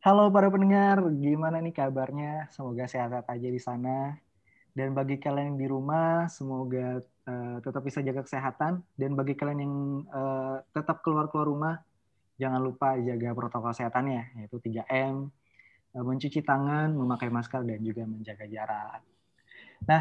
Halo para pendengar, gimana nih kabarnya? Semoga sehat-sehat aja di sana. Dan bagi kalian yang di rumah, semoga tetap bisa jaga kesehatan. Dan bagi kalian yang tetap keluar-keluar rumah, jangan lupa jaga protokol kesehatannya, yaitu 3M, mencuci tangan, memakai masker, dan juga menjaga jarak. Nah,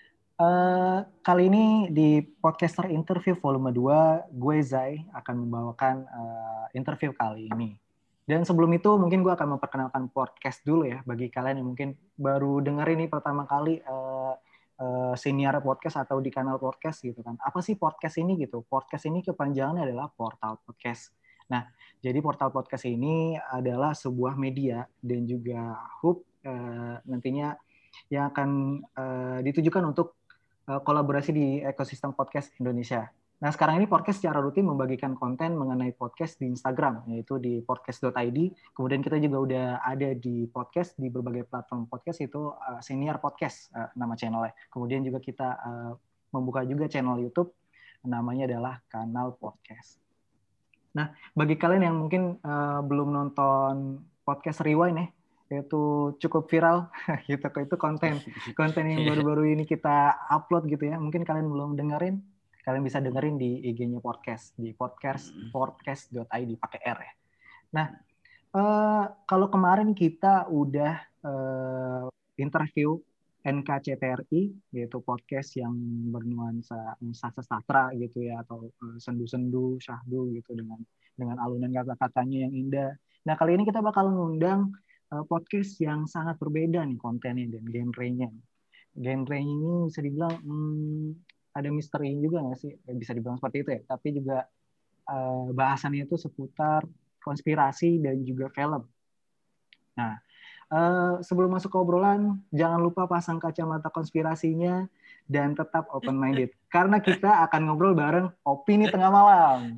kali ini di Podcaster Interview Volume 2, gue Zai akan membawakan interview kali ini. Dan sebelum itu mungkin gue akan memperkenalkan podcast dulu ya bagi kalian yang mungkin baru denger ini pertama kali senior podcast atau di kanal podcast gitu kan. Apa sih podcast ini gitu? Podcast ini kepanjangannya adalah Portal Podcast. Nah, jadi Portal Podcast ini adalah sebuah media dan juga hub nantinya yang akan ditujukan untuk kolaborasi di ekosistem podcast Indonesia. Nah, sekarang ini podcast secara rutin membagikan konten mengenai podcast di Instagram, yaitu di podcast.id. Kemudian kita juga udah ada di podcast di berbagai platform podcast, itu Senior Podcast nama channelnya. Kemudian juga kita membuka juga channel YouTube, namanya adalah Kanal Podcast. Nah, bagi kalian yang mungkin belum nonton podcast Rewind ya, itu cukup viral gitu, itu konten yang baru-baru ini kita upload gitu ya. Mungkin kalian belum dengerin, kalian bisa dengerin di IG-nya podcast di podcast.id pakai R ya. Nah, kalau kemarin kita udah interview NKCTRI, yaitu podcast yang bernuansa sastra gitu ya, atau sendu-sendu, syahdu gitu dengan alunan kata-katanya yang indah. Nah, kali ini kita bakal mengundang podcast yang sangat berbeda nih kontennya dan genrenya. Genre ini bisa dibilang ada misteri juga nggak sih? Bisa dibilang seperti itu ya. Tapi juga bahasannya itu seputar konspirasi dan juga film. Nah, sebelum masuk ke obrolan, jangan lupa pasang kacamata konspirasinya dan tetap open minded karena kita akan ngobrol bareng opini tengah malam.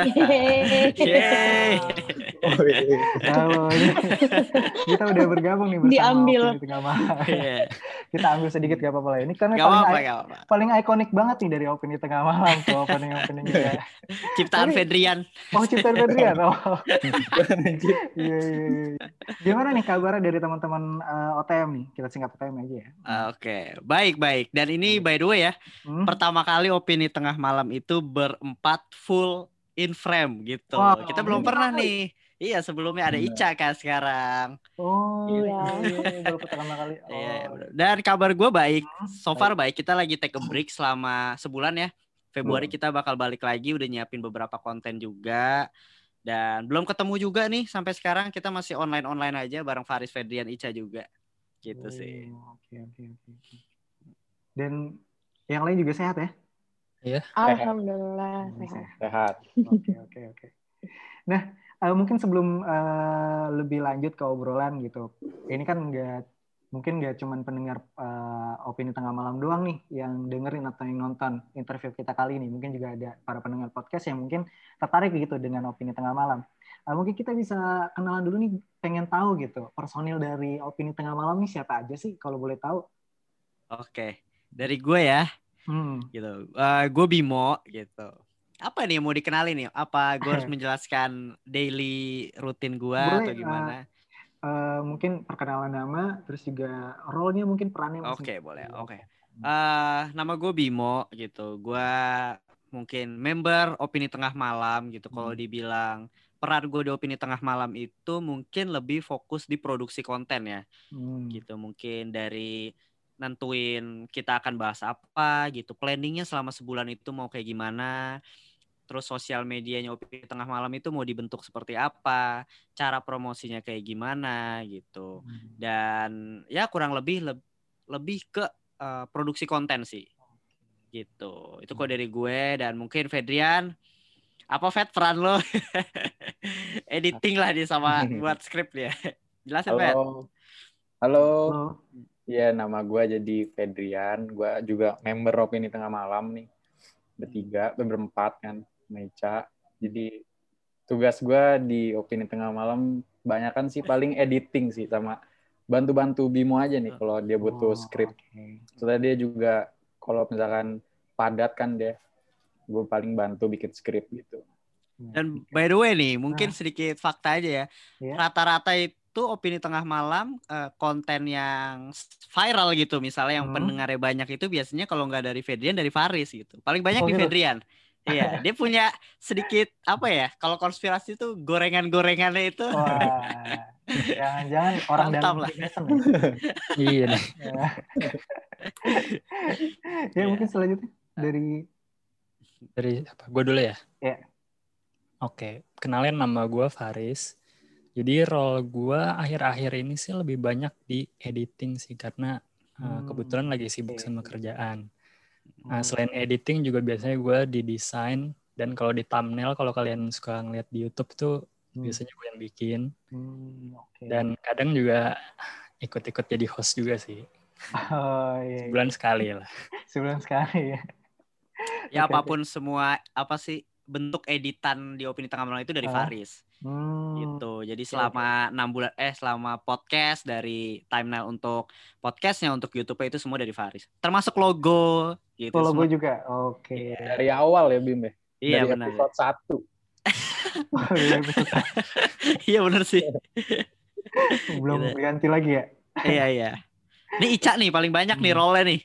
Yeay. Halo, kita udah bergabung nih bersama Diambil. opini tengah malam. Yeah. Kita ambil sedikit gak apa-apa lah. Ini karena Gak apa-apa. paling ikonik banget nih dari opini tengah malam tuh opening-openingnya. Ciptaan Fedrian. Oh, ciptaan Fedrian. Oh. Iya. Gimana nih kabarnya dari teman-teman OTM nih? Kita singkat OTM aja ya. Oke, baik. Dan ini by the way ya, pertama kali opini tengah malam itu berempat full in frame gitu. Wow, Kita belum pernah nih. Iya, sebelumnya ada Ica kan sekarang. Oh Iya. Baru pertama kali. Iya, dan kabar gue baik. So far baik. Kita lagi take a break selama sebulan ya. Februari kita bakal balik lagi, udah nyiapin beberapa konten juga. Dan belum ketemu juga nih sampai sekarang, kita masih online aja bareng Faris, Fedrian, Ica juga. Gitu sih. Oke. Dan yang lain juga sehat ya? Iya. Alhamdulillah sehat. Oke. Nah, mungkin sebelum lebih lanjut ke obrolan gitu, ini kan mungkin nggak cuma pendengar opini tengah malam doang nih yang dengerin atau yang nonton interview kita kali ini. Mungkin juga ada para pendengar podcast yang mungkin tertarik gitu dengan opini tengah malam. Mungkin kita bisa kenalan dulu nih, pengen tahu gitu personil dari opini tengah malam nih siapa aja sih kalau boleh tahu? Oke, dari gue ya, gitu. Gue Bimo gitu. Apa nih yang mau dikenalin nih? Apa gue harus menjelaskan daily rutin gue atau gimana? Mungkin perkenalan nama, terus juga role-nya mungkin perannya. Oke, boleh. Oke. Nama gue Bimo gitu. Gue mungkin member opini tengah malam gitu. Kalau dibilang peran gue di opini tengah malam itu mungkin lebih fokus di produksi konten ya. Gitu, mungkin dari nentuin kita akan bahas apa gitu, planningnya selama sebulan itu mau kayak gimana, terus sosial medianya opini tengah malam itu mau dibentuk seperti apa, cara promosinya kayak gimana gitu. Dan ya kurang lebih ke produksi konten sih gitu. Itu kok dari gue. Dan mungkin Fedrian, apa Fed peran lo? Editing lah dia sama buat skrip dia. Jelas ya Fed? Halo. Ya, nama gue jadi Fedrian. Gue juga member opini tengah malam nih. Berempat kan, Meca. Jadi tugas gue di opini tengah malam banyakan sih paling editing sih, sama bantu-bantu Bimo aja nih kalau dia butuh skrip. Soalnya dia juga kalau misalkan padat kan gue paling bantu bikin skrip gitu. Dan by the way nih, mungkin sedikit fakta aja ya. Rata-rata itu itu opini tengah malam konten yang viral gitu, misalnya yang pendengarnya banyak itu biasanya kalau nggak dari Fedrian dari Faris gitu. Paling banyak di Fedrian. Iya, dia punya sedikit apa ya? Kalau konspirasi itu gorengan-gorengannya itu. Wah, jangan-jangan orang dalam Freemason ya? Iya nih. Ya mungkin selanjutnya dari apa? Gue dulu ya. Ya. Oke, kenalin nama gue Faris. Jadi role gue akhir-akhir ini sih lebih banyak di editing sih karena kebetulan lagi sibuk sama kerjaan. Selain editing juga biasanya gue di desain, dan kalau di thumbnail kalau kalian suka ngeliat di YouTube tuh biasanya gue yang bikin. Dan kadang juga ikut-ikut jadi host juga sih. Sebulan sekali lah. Sebulan sekali ya. Ya apapun semua apa sih bentuk editan di Opini Tengah Malam itu dari Faris. Gitu. Jadi selama 6 bulan selama podcast dari thumbnail untuk podcastnya, untuk YouTube itu semua dari Faris. Termasuk logo gitu. Logo semua. Juga. Oke. Dari awal ya Bim ya. Iya dari benar. Episode 1. Iya benar sih. Belum ganti lagi ya. Iya. Nih Ica nih paling banyak nih role-nya nih.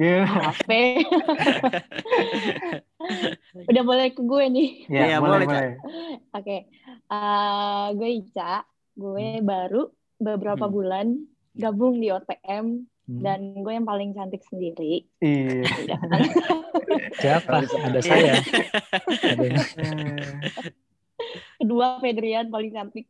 Udah boleh ke gue nih. Iya boleh. Oke. Gue Ica. Gue baru beberapa bulan gabung di OTM. Dan gue yang paling cantik sendiri. Iya. Siapa? Ada saya. Kedua Fedrian paling cantik.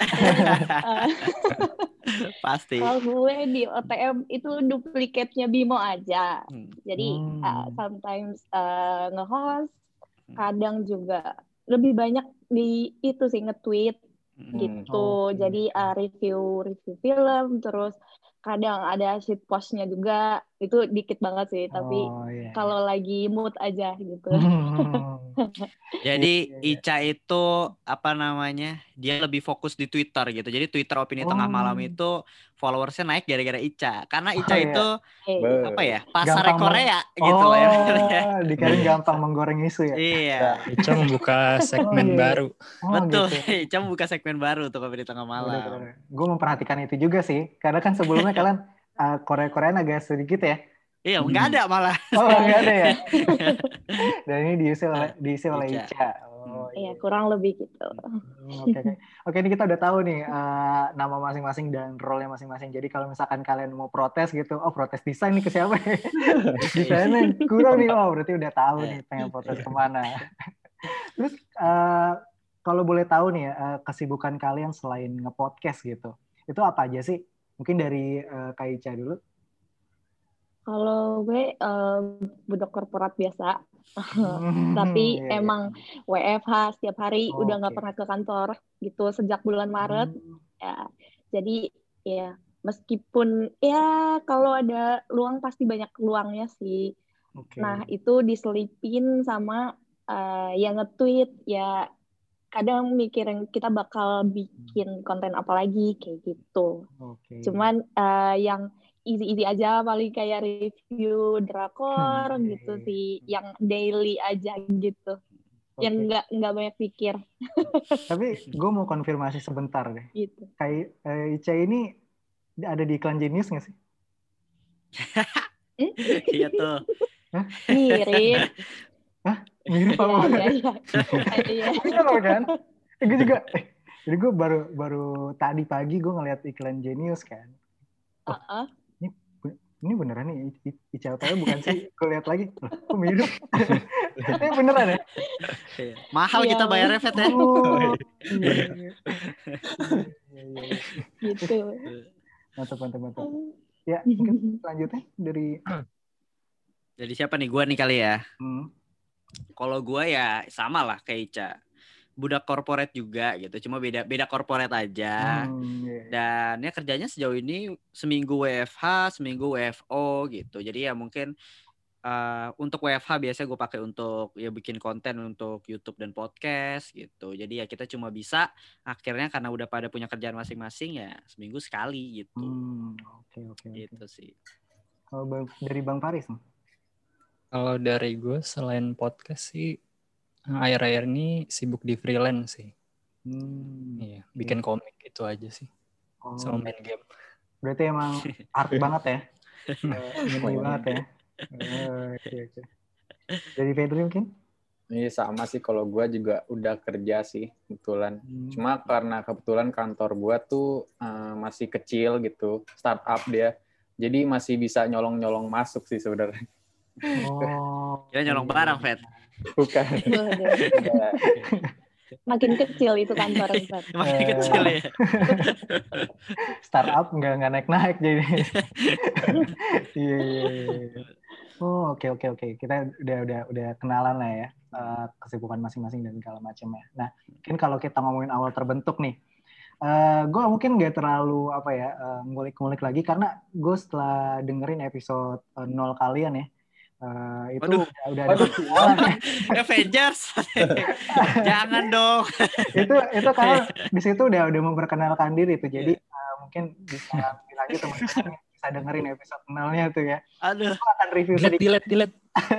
Pasti. Kalau gue di OTM itu duplikatnya Bimo aja. Jadi sometimes nge-host, kadang juga lebih banyak di itu sih nge-tweet gitu. Jadi review film, terus kadang ada shit postnya juga. Itu dikit banget sih, tapi kalau lagi mood aja gitu. Jadi Ica itu apa namanya? Dia lebih fokus di Twitter gitu. Jadi Twitter Opini Tengah Malam itu followersnya naik gara-gara Ica. Karena Ica itu apa ya? Pasar Korea gitu loh ya. Dikirain gampang menggoreng isu ya. Iya. Ica membuka segmen baru. Betul. Gitu. Ica membuka segmen baru untuk Opini Tengah Malam. Gue memperhatikan itu juga sih. Karena kan sebelumnya kalian Korea-Koreaan agak sedikit ya. Iya, nggak ada malah. Nggak ada ya. Dan ini diisi oleh Ica. Iya, kurang lebih gitu. Oke, ini kita udah tahu nih nama masing-masing dan role-nya masing-masing. Jadi kalau misalkan kalian mau protes gitu, protes desain nih ke siapa? Desainnya kurang nih, berarti udah tahu nih pengen protes kemana. Terus kalau boleh tahu nih kesibukan kalian selain nge-podcast gitu, itu apa aja sih? Mungkin dari Kak Ica dulu. Kalau gue budak korporat biasa, tapi emang WFH setiap hari udah nggak pernah ke kantor gitu sejak bulan Maret. Ya, jadi ya meskipun ya kalau ada luang pasti banyak luangnya sih. Nah itu diselipin sama yang nge-tweet ya. Kadang mikirin kita bakal bikin konten apa lagi kayak gitu. Cuman yang easy aja, paling kayak review drakor gitu sih, yang daily aja gitu, yang nggak banyak pikir. Tapi gue mau konfirmasi sebentar deh. Gitu. Kayak Ica ini ada di iklan Genius nggak sih? Iya tuh. Mirip. Mirip apa? Iya. Kan? Gue juga. Jadi gue baru tadi pagi gue ngeliat iklan Genius kan. Ini beneran nih Ica Otaya bukan sih? Gue lihat lagi, kok mirip? Ini beneran ya? Mahal kita bayarnya, Fet ya? Gitu. Mantap. Ya, mungkin selanjutnya dari siapa nih? Gua nih kali ya. Kalau gua ya sama lah kayak Ica. Budak korporat juga gitu, cuma beda korporat aja. Dan ya kerjanya sejauh ini seminggu WFH, seminggu WFO gitu. Jadi ya mungkin untuk WFH biasanya gue pakai untuk ya bikin konten untuk YouTube dan podcast gitu. Jadi ya kita cuma bisa akhirnya karena udah pada punya kerjaan masing-masing ya seminggu sekali gitu. Oke. Gitu sih. Kalau dari Bang Faris? Kalau dari gue selain podcast sih akhir-akhir ini sibuk di freelance sih. Iya, bikin komik itu aja sih. sama main game. Berarti emang art banget ya. Ngeri banget ya. Oke. Dari Fedri mungkin? Iya sama sih, kalau gue juga udah kerja sih kebetulan. Cuma karena kebetulan kantor gue tuh masih kecil gitu, startup dia. Jadi masih bisa nyolong-nyolong masuk sih sebenarnya. Ya nyolong barang, Fed. Bukan. Makin kecil itu kantor. Makin kecil ya. Startup nggak naik-naik jadi. Iya. Oh, oke. Kita udah kenalan lah ya, kesibukan masing-masing dan segala macamnya. Nah, mungkin kalau kita ngomongin awal terbentuk nih, gue mungkin nggak terlalu ngulik-ngulik lagi karena gue setelah dengerin episode 0 kalian ya, itu udah ada kenalan ya. Avengers. Jangan dong. itu kalau di situ udah memperkenalkan diri tuh. Jadi mungkin bisa lagi teman-teman bisa dengerin episode 0-nya tuh ya. Aduh. Gue akan review sedikit. Delete.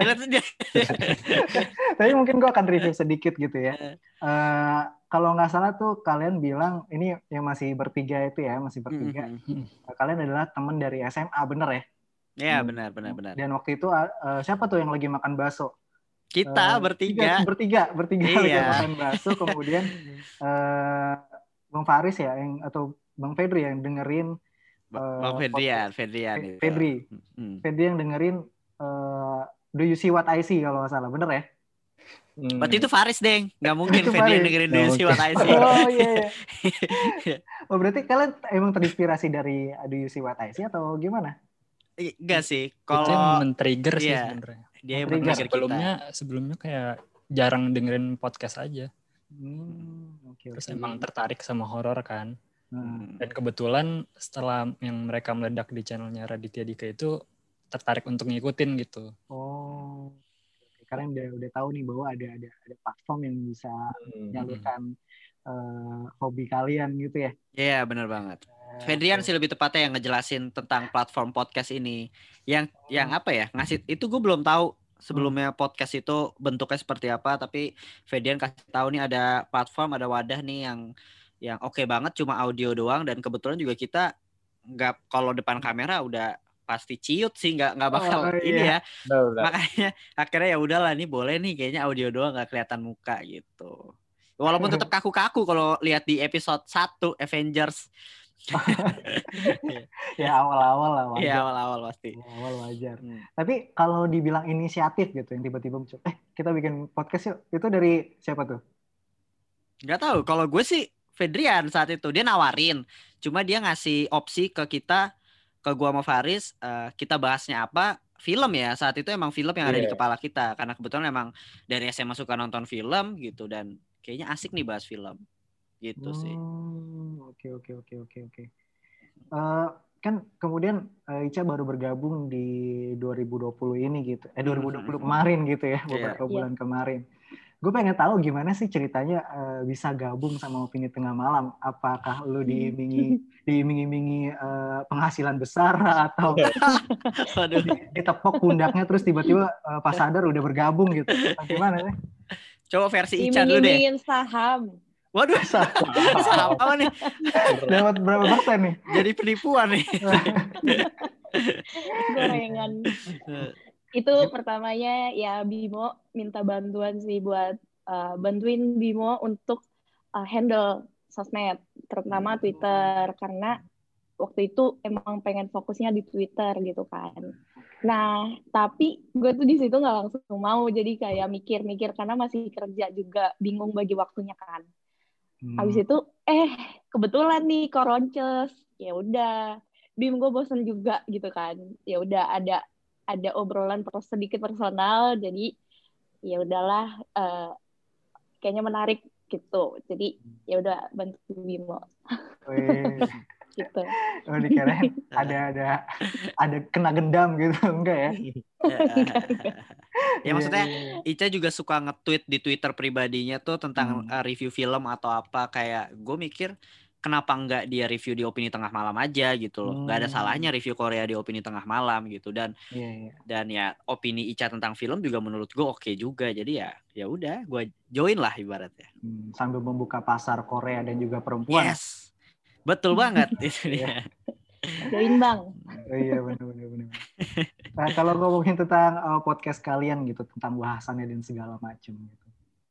Tapi mungkin gue akan review sedikit gitu ya. Kalau nggak salah tuh kalian bilang ini yang masih bertiga itu ya, kalian adalah teman dari SMA, bener ya? Iya, benar. Dan waktu itu siapa tuh yang lagi makan bakso? Kita bertiga iya. Lagi makan bakso. Kemudian Bang Faris ya, atau Bang Fedri yang dengerin. Bang Fedrian. Fedri yang dengerin Do You See What I See kalau nggak salah, bener ya? Berarti itu Faris, Deng. Nggak mungkin Fedri yang dengerin Do You See What I See. Oh iya. Oh berarti kalian emang terinspirasi dari Do You See What I See atau gimana? Enggak sih. Kalau itu yang men-trigger sih sebenarnya. Dia yang men-trigger sebelumnya kayak jarang dengerin podcast aja. Terus emang tertarik sama horor kan. Dan kebetulan setelah yang mereka meledak di channelnya Raditya Dika itu tertarik untuk ngikutin gitu. Oh, kalian udah tahu nih bahwa ada platform yang bisa menyalurkan hobi kalian gitu ya? Iya, benar banget. Fedrian sih lebih tepatnya yang ngejelasin tentang platform podcast ini. Yang apa ya, ngasih itu gue belum tahu sebelumnya podcast itu bentuknya seperti apa, tapi Fedrian kasih tahu nih ada platform, ada wadah nih yang oke banget, cuma audio doang, dan kebetulan juga kita nggak, kalau depan kamera udah pasti ciut sih, nggak bakal ini ya. Makanya akhirnya ya udahlah, nih boleh nih kayaknya audio doang, nggak kelihatan muka gitu. Walaupun tetap kaku-kaku kalau lihat di episode 1 Avengers. Ya awal-awal lah wajar. Iya awal-awal pasti. Awal wajar. Tapi kalau dibilang inisiatif gitu, yang tiba-tiba muncul, kita bikin podcast yuk, itu dari siapa tuh? Nggak tahu. Kalau gue sih Fedrian saat itu dia nawarin. Cuma dia ngasih opsi ke kita, ke gue sama Faris, kita bahasnya apa? Film ya. Saat itu emang film yang ada di kepala kita. Karena kebetulan emang dari SMA suka nonton film gitu, dan kayaknya asik nih bahas film. Gitu sih. Oke. Kan kemudian Ica baru bergabung di 2020 ini gitu. 2020 kemarin gitu ya, beberapa bulan kemarin. Gue pengen tahu gimana sih ceritanya bisa gabung sama Opini Tengah Malam. Apakah lu diiming-imingi penghasilan besar atau ditepok pundaknya terus tiba-tiba pas sadar udah bergabung gitu? Gimana sih? Coba versi Ica dulu deh. Iming-imingin saham. Waduh, saham apa nih? Dapat berapa persen nih? Jadi penipuan nih. Gorengan. Itu pertamanya ya Bimo minta bantuan sih buat bantuin Bimo untuk handle sosmed, terutama Twitter, karena waktu itu emang pengen fokusnya di Twitter gitu kan. Nah, tapi gue tuh di situ nggak langsung mau, jadi kayak mikir-mikir karena masih kerja juga, bingung bagi waktunya kan. Habis itu kebetulan nih Koronces, ya udah Bim gue bosen juga gitu kan, ya udah ada obrolan sedikit personal, jadi ya udahlah kayaknya menarik gitu, jadi ya udah bantu Bimo. Gitu. Oh dikirain ada kena gendam gitu, enggak ya? Ya maksudnya Ica juga suka nge-tweet di Twitter pribadinya tuh tentang review film atau apa, kayak gue mikir kenapa enggak dia review di Opini Tengah Malam aja gitu loh. Enggak ada salahnya review Korea di Opini Tengah Malam gitu, dan ya opini Ica tentang film juga menurut gue oke juga. Jadi ya udah gue join lah ibaratnya. Sambil membuka pasar Korea dan juga perempuan. Yes. Betul banget itu dia. Join Bang. Iya benar. Nah, kalau ngomongin tentang podcast kalian gitu, tentang bahasannya dan segala macam gitu.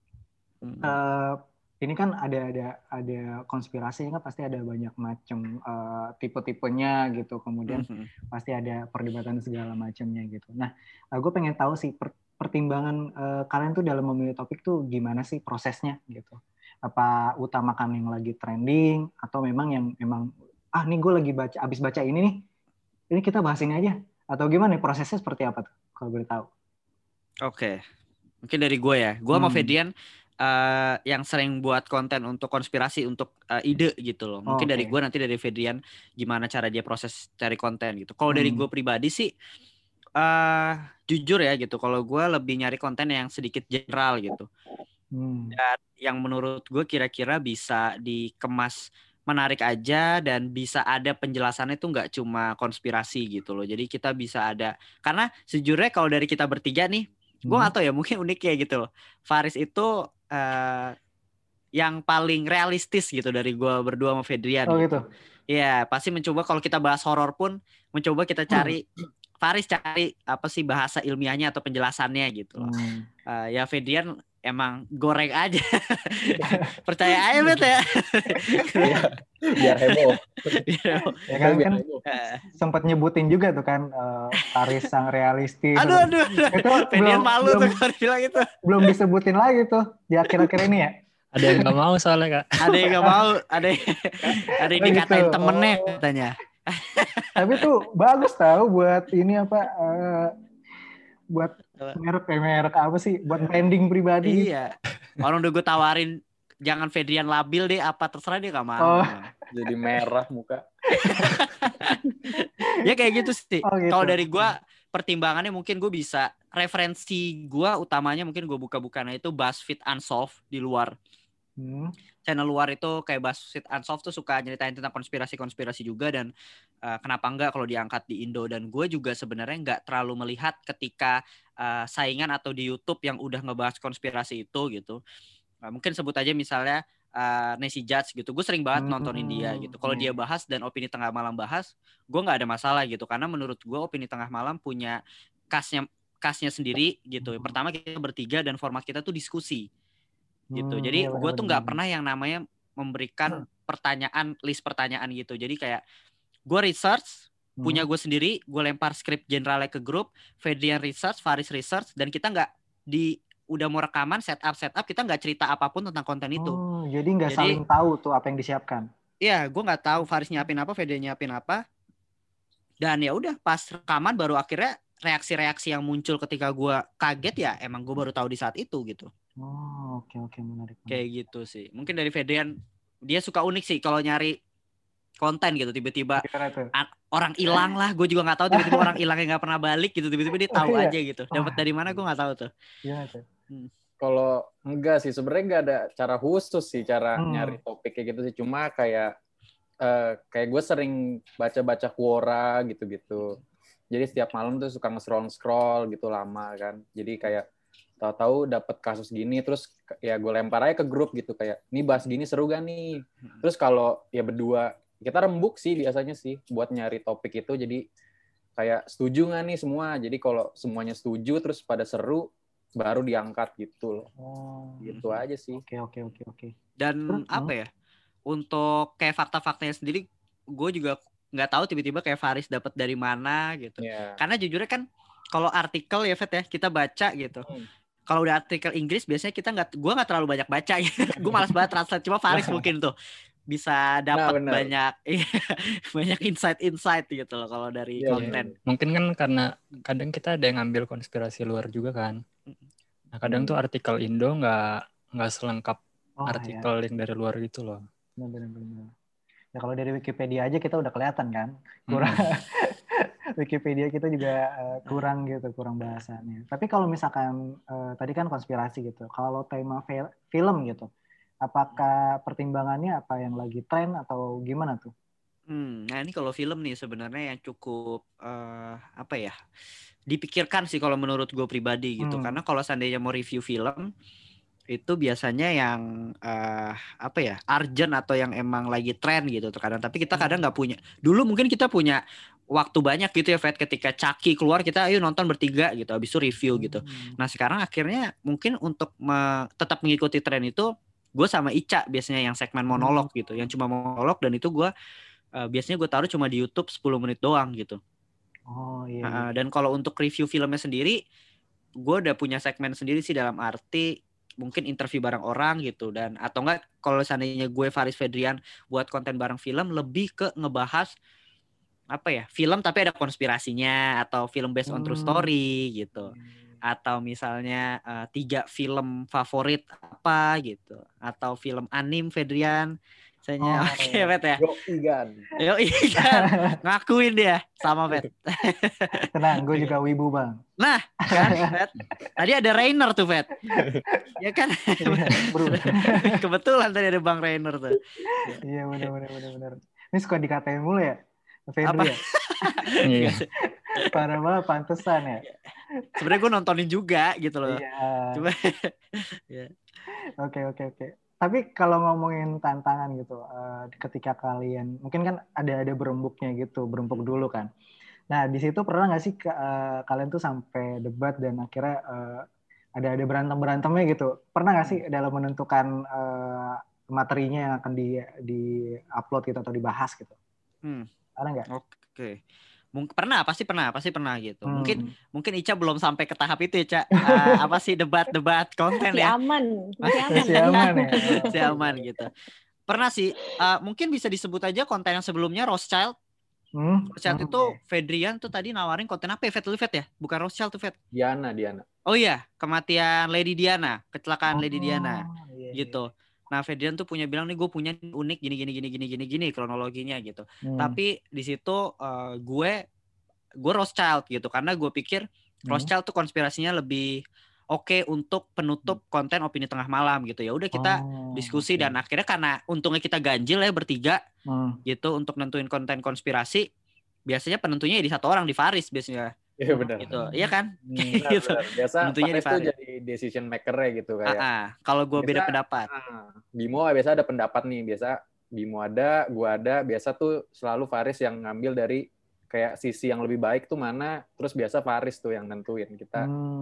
Ini kan ada konspirasi kan, pasti ada banyak macam tipe-tipenya gitu. Kemudian pasti ada perdebatan segala macamnya gitu. Nah, gue pengen tahu sih pertimbangan kalian tuh dalam memilih topik tuh gimana sih prosesnya gitu. Apa utamakan yang lagi trending atau memang nih gue lagi abis baca ini kita bahas ini aja, atau gimana nih prosesnya seperti apa tuh kalau boleh tahu? Oke. Mungkin dari gue ya. Gue sama Fedian yang sering buat konten untuk konspirasi, untuk ide gitu loh. Mungkin dari gue, nanti dari Fedian gimana cara dia proses cari konten gitu. Kalau dari gue pribadi sih jujur ya gitu. Kalau gue lebih nyari konten yang sedikit general gitu. Dan yang menurut gue kira-kira bisa dikemas menarik aja dan bisa ada penjelasannya tuh nggak cuma konspirasi gitu loh. Jadi kita bisa ada, karena sejujurnya kalau dari kita bertiga nih, gue nggak tahu ya, mungkin unik ya gitu loh. Faris itu yang paling realistis gitu dari gue berdua sama Fedrian gitu. Ya pasti mencoba, kalau kita bahas horor pun mencoba kita cari Faris cari apa sih bahasa ilmiahnya atau penjelasannya gitu loh. Ya Fedrian emang goreng aja. Percaya aja Bet ya. Biar heboh. Ya kan sempat nyebutin juga tuh kan Faris sang realistis. Aduh. Itu Fedian malu tuh kalau bilang itu. Belum disebutin lagi tuh di akhir-akhir ini ya. Ada yang nggak mau soalnya Kak. Ada yang nggak mau, ada yang dikatain gitu. Temennya katanya. Tapi tuh bagus tahu buat ini apa buat merek apa sih, buat branding pribadi. Iya. Orang udah gue tawarin jangan Fedrian labil deh, apa terserah dia gak mau. Jadi merah muka. Ya kayak gitu sih. Gitu. Kalau dari gue pertimbangannya mungkin gue bisa, referensi gue utamanya mungkin gue buka-bukanya itu BuzzFeed Unsolved di luar. Channel luar itu kayak BuzzFeed Unsolved tuh suka nyeritain tentang konspirasi juga, dan kenapa enggak kalau diangkat di Indo. Dan gue juga sebenarnya nggak terlalu melihat ketika saingan atau di YouTube yang udah ngebahas konspirasi itu gitu. Mungkin sebut aja misalnya Nancy Judge gitu, gue sering banget nontonin dia gitu. Kalau dia bahas dan Opini Tengah Malam bahas, gue nggak ada masalah gitu, karena menurut gue Opini Tengah Malam punya khasnya sendiri gitu. Pertama kita bertiga dan format kita tuh diskusi gitu. Jadi gue tuh nggak pernah yang namanya memberikan list pertanyaan gitu. Jadi kayak gue research punya gue sendiri, gue lempar skrip generalnya ke grup, Fedrian research, Faris research, dan kita nggak udah mau rekaman setup kita nggak cerita apapun tentang konten itu. Jadi nggak saling tahu tuh apa yang disiapkan. Iya, gue nggak tahu Faris nyiapin apa, Fedrian nyiapin apa. Dan ya udah pas rekaman baru akhirnya reaksi-reaksi yang muncul ketika gue kaget ya emang gue baru tahu di saat itu gitu. Oke, menarik. Kayak gitu sih. Mungkin dari Fedrian dia suka unik sih kalau nyari konten gitu, tiba-tiba orang hilang lah, gue juga nggak tahu, tiba-tiba orang hilang yang nggak pernah balik gitu, tiba-tiba dia tahu aja gitu. Dapat dari mana gue nggak tahu tuh. Kalau enggak sih sebenarnya nggak ada cara khusus sih cara nyari topik kayak gitu sih, cuma kayak gue sering baca Quora gitu. Jadi setiap malam tuh suka nge-scroll gitu lama kan. Jadi kayak tahu-tahu dapat kasus gini, terus ya gue lempar aja ke grup gitu kayak, nih bahas gini seru gak nih? Terus kalau ya berdua kita rembuk sih biasanya sih buat nyari topik itu, jadi kayak setuju nggak nih semua. Jadi kalau semuanya setuju terus pada seru baru diangkat gitu loh. Gitu aja sih. Oke. Dan apa ya? Untuk kayak fakta-faktanya sendiri gue juga nggak tahu tiba-tiba kayak Faris dapat dari mana gitu. Karena jujurnya kan kalau artikel ya Fet ya kita baca gitu. Kalau udah artikel Inggris biasanya gue nggak terlalu banyak baca gitu. Gue malas banget translate, cuma Faris mungkin tuh bisa dapat banyak insight gitu loh kalau dari konten. Mungkin kan karena kadang kita ada yang ngambil konspirasi luar juga kan. Nah kadang tuh artikel Indo nggak selengkap artikel yang dari luar gitu loh. Benar. Ya kalau dari Wikipedia aja kita udah kelihatan kan kurang. Wikipedia kita juga kurang bahasannya. Tapi kalau misalkan tadi kan konspirasi gitu, kalau tema film gitu, apakah pertimbangannya apa yang lagi tren atau gimana tuh? Nah ini kalau film nih sebenarnya yang cukup dipikirkan sih kalau menurut gue pribadi gitu. Karena kalau seandainya mau review film, itu biasanya yang apa ya, urgent atau yang emang lagi tren gitu terkadang. Tapi kita kadang nggak punya. Dulu mungkin kita punya waktu banyak gitu ya, Fed, ketika Chucky keluar kita ayo nonton bertiga gitu, habis itu review gitu. Nah sekarang akhirnya mungkin untuk tetap mengikuti tren itu, gue sama Ica biasanya yang segmen monolog gitu, yang cuma monolog, dan itu gue biasanya gue taruh cuma di YouTube 10 menit doang gitu. Oh iya. Dan kalau untuk review filmnya sendiri, gue udah punya segmen sendiri sih, dalam arti mungkin interview bareng orang gitu, dan atau enggak kalau seandainya gue Faris Fedrian buat konten bareng film, lebih ke ngebahas apa ya, film tapi ada konspirasinya, atau film based on true story gitu, atau misalnya 3 film favorit apa gitu, atau film anim Fedrian misalnya. Oke, Fet ya. Yo ikan. Ngakuin dia sama Fet. Tenang, gue juga wibu, Bang. Nah, kan Fet. Tadi ada Rainer tuh, Fet. Ya kan? Kebetulan tadi ada Bang Rainer tuh. Iya, benar. Ini suka dikatain mulu ya? Fedri ya? Iya. Parah banget, pantesan ya. Sebenarnya gue nontonin juga gitu loh. Iya. Coba. Ya. Oke. Tapi kalau ngomongin tantangan gitu, ketika kalian mungkin kan ada berembuknya gitu, berembuk dulu kan. Nah di situ pernah nggak sih kalian tuh sampai debat dan akhirnya ada berantemnya gitu? Pernah nggak sih dalam menentukan materinya yang akan di upload gitu atau dibahas gitu? Ada nggak? Oke. Pasti pernah gitu. Mungkin Ica belum sampai ke tahap itu ya, Ca. Apa sih debat konten ya? Masih aman ya. Masih aman gitu. Pernah sih. Mungkin bisa disebut aja konten yang sebelumnya, Rothschild. Rothschild itu Fedrian tuh tadi nawarin konten apa ya, Fet ya? Bukan Rothschild tuh, Fet. Diana. Oh iya, kematian Lady Diana, kecelakaan Lady Diana. Gitu. Nah, Fedrian tuh bilang nih, gue punya unik gini kronologinya gitu. Tapi di situ gue Rothschild gitu, karena gue pikir Rothschild tuh konspirasinya lebih oke untuk penutup konten opini tengah malam gitu. Ya udah kita diskusi dan akhirnya karena untungnya kita ganjil ya bertiga gitu untuk nentuin konten konspirasi. Biasanya penentunya di satu orang, di Faris biasanya. Iya benar. Gitu. Iya kan? Gitu. Biasa Faris tuh jadi decision maker-nya gitu kayak. Kalau gue beda pendapat. Bimo biasa ada pendapat nih, biasa Bimo ada, gue ada, biasa tuh selalu Faris yang ngambil dari kayak sisi yang lebih baik tuh mana, terus biasa Faris tuh yang nentuin kita.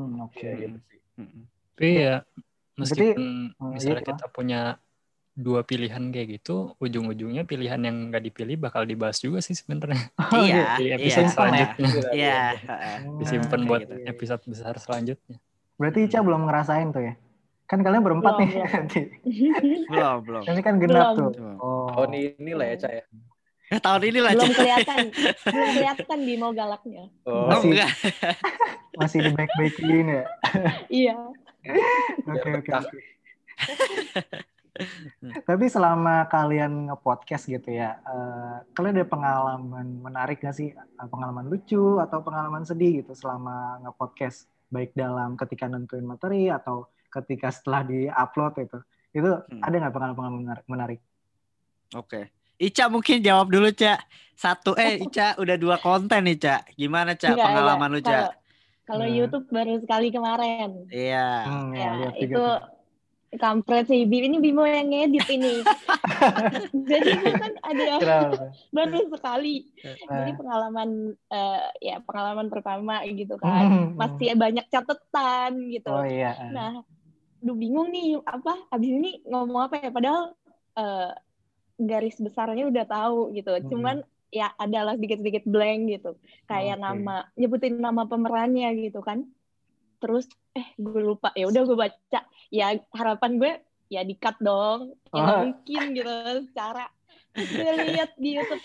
Gitu sih. Tapi ya meskipun misalnya kita punya 2 pilihan kayak gitu, ujung-ujungnya pilihan yang nggak dipilih bakal dibahas juga sih sebenarnya. Iya. Di episode selanjutnya. Iya. Disimpan buat episode besar selanjutnya. Berarti Ica belum ngerasain tuh ya? Kan kalian berempat nih nanti. Belum. Ini kan genap tuh. Tahun ini lah ya, Ca ya. Tahun ini lah. Belum kelihatan Bimo galaknya. Masih di baik-baikin ya. Iya. Oke. Tapi selama kalian nge-podcast gitu ya, kalian ada pengalaman menarik nggak sih? Pengalaman lucu atau pengalaman sedih gitu selama nge-podcast? Baik dalam ketika nentuin materi atau ketika setelah di-upload itu. Itu ada nggak pengalaman menarik? Oke. Ica mungkin jawab dulu, Ca. Ica udah 2 konten nih, Ca. Gimana, Ca, pengalaman lu, Ca? Kalau YouTube baru sekali kemarin. Iya. Itu kampret sih. Ini Bimo yang ngedit ini. Jadi itu kan ada baru sekali. Jadi pengalaman pertama gitu kan. Masih banyak catatan gitu. Oh iya. Nah, bingung nih abis ini ngomong apa ya, padahal garis besarnya udah tahu gitu. Cuman ya adalah sedikit blank gitu. Kayak nyebutin nama pemerannya gitu kan. Terus gue lupa, ya udah gue baca, ya harapan gue ya di-cut dong, yang mungkin gitu secara gue lihat di YouTube,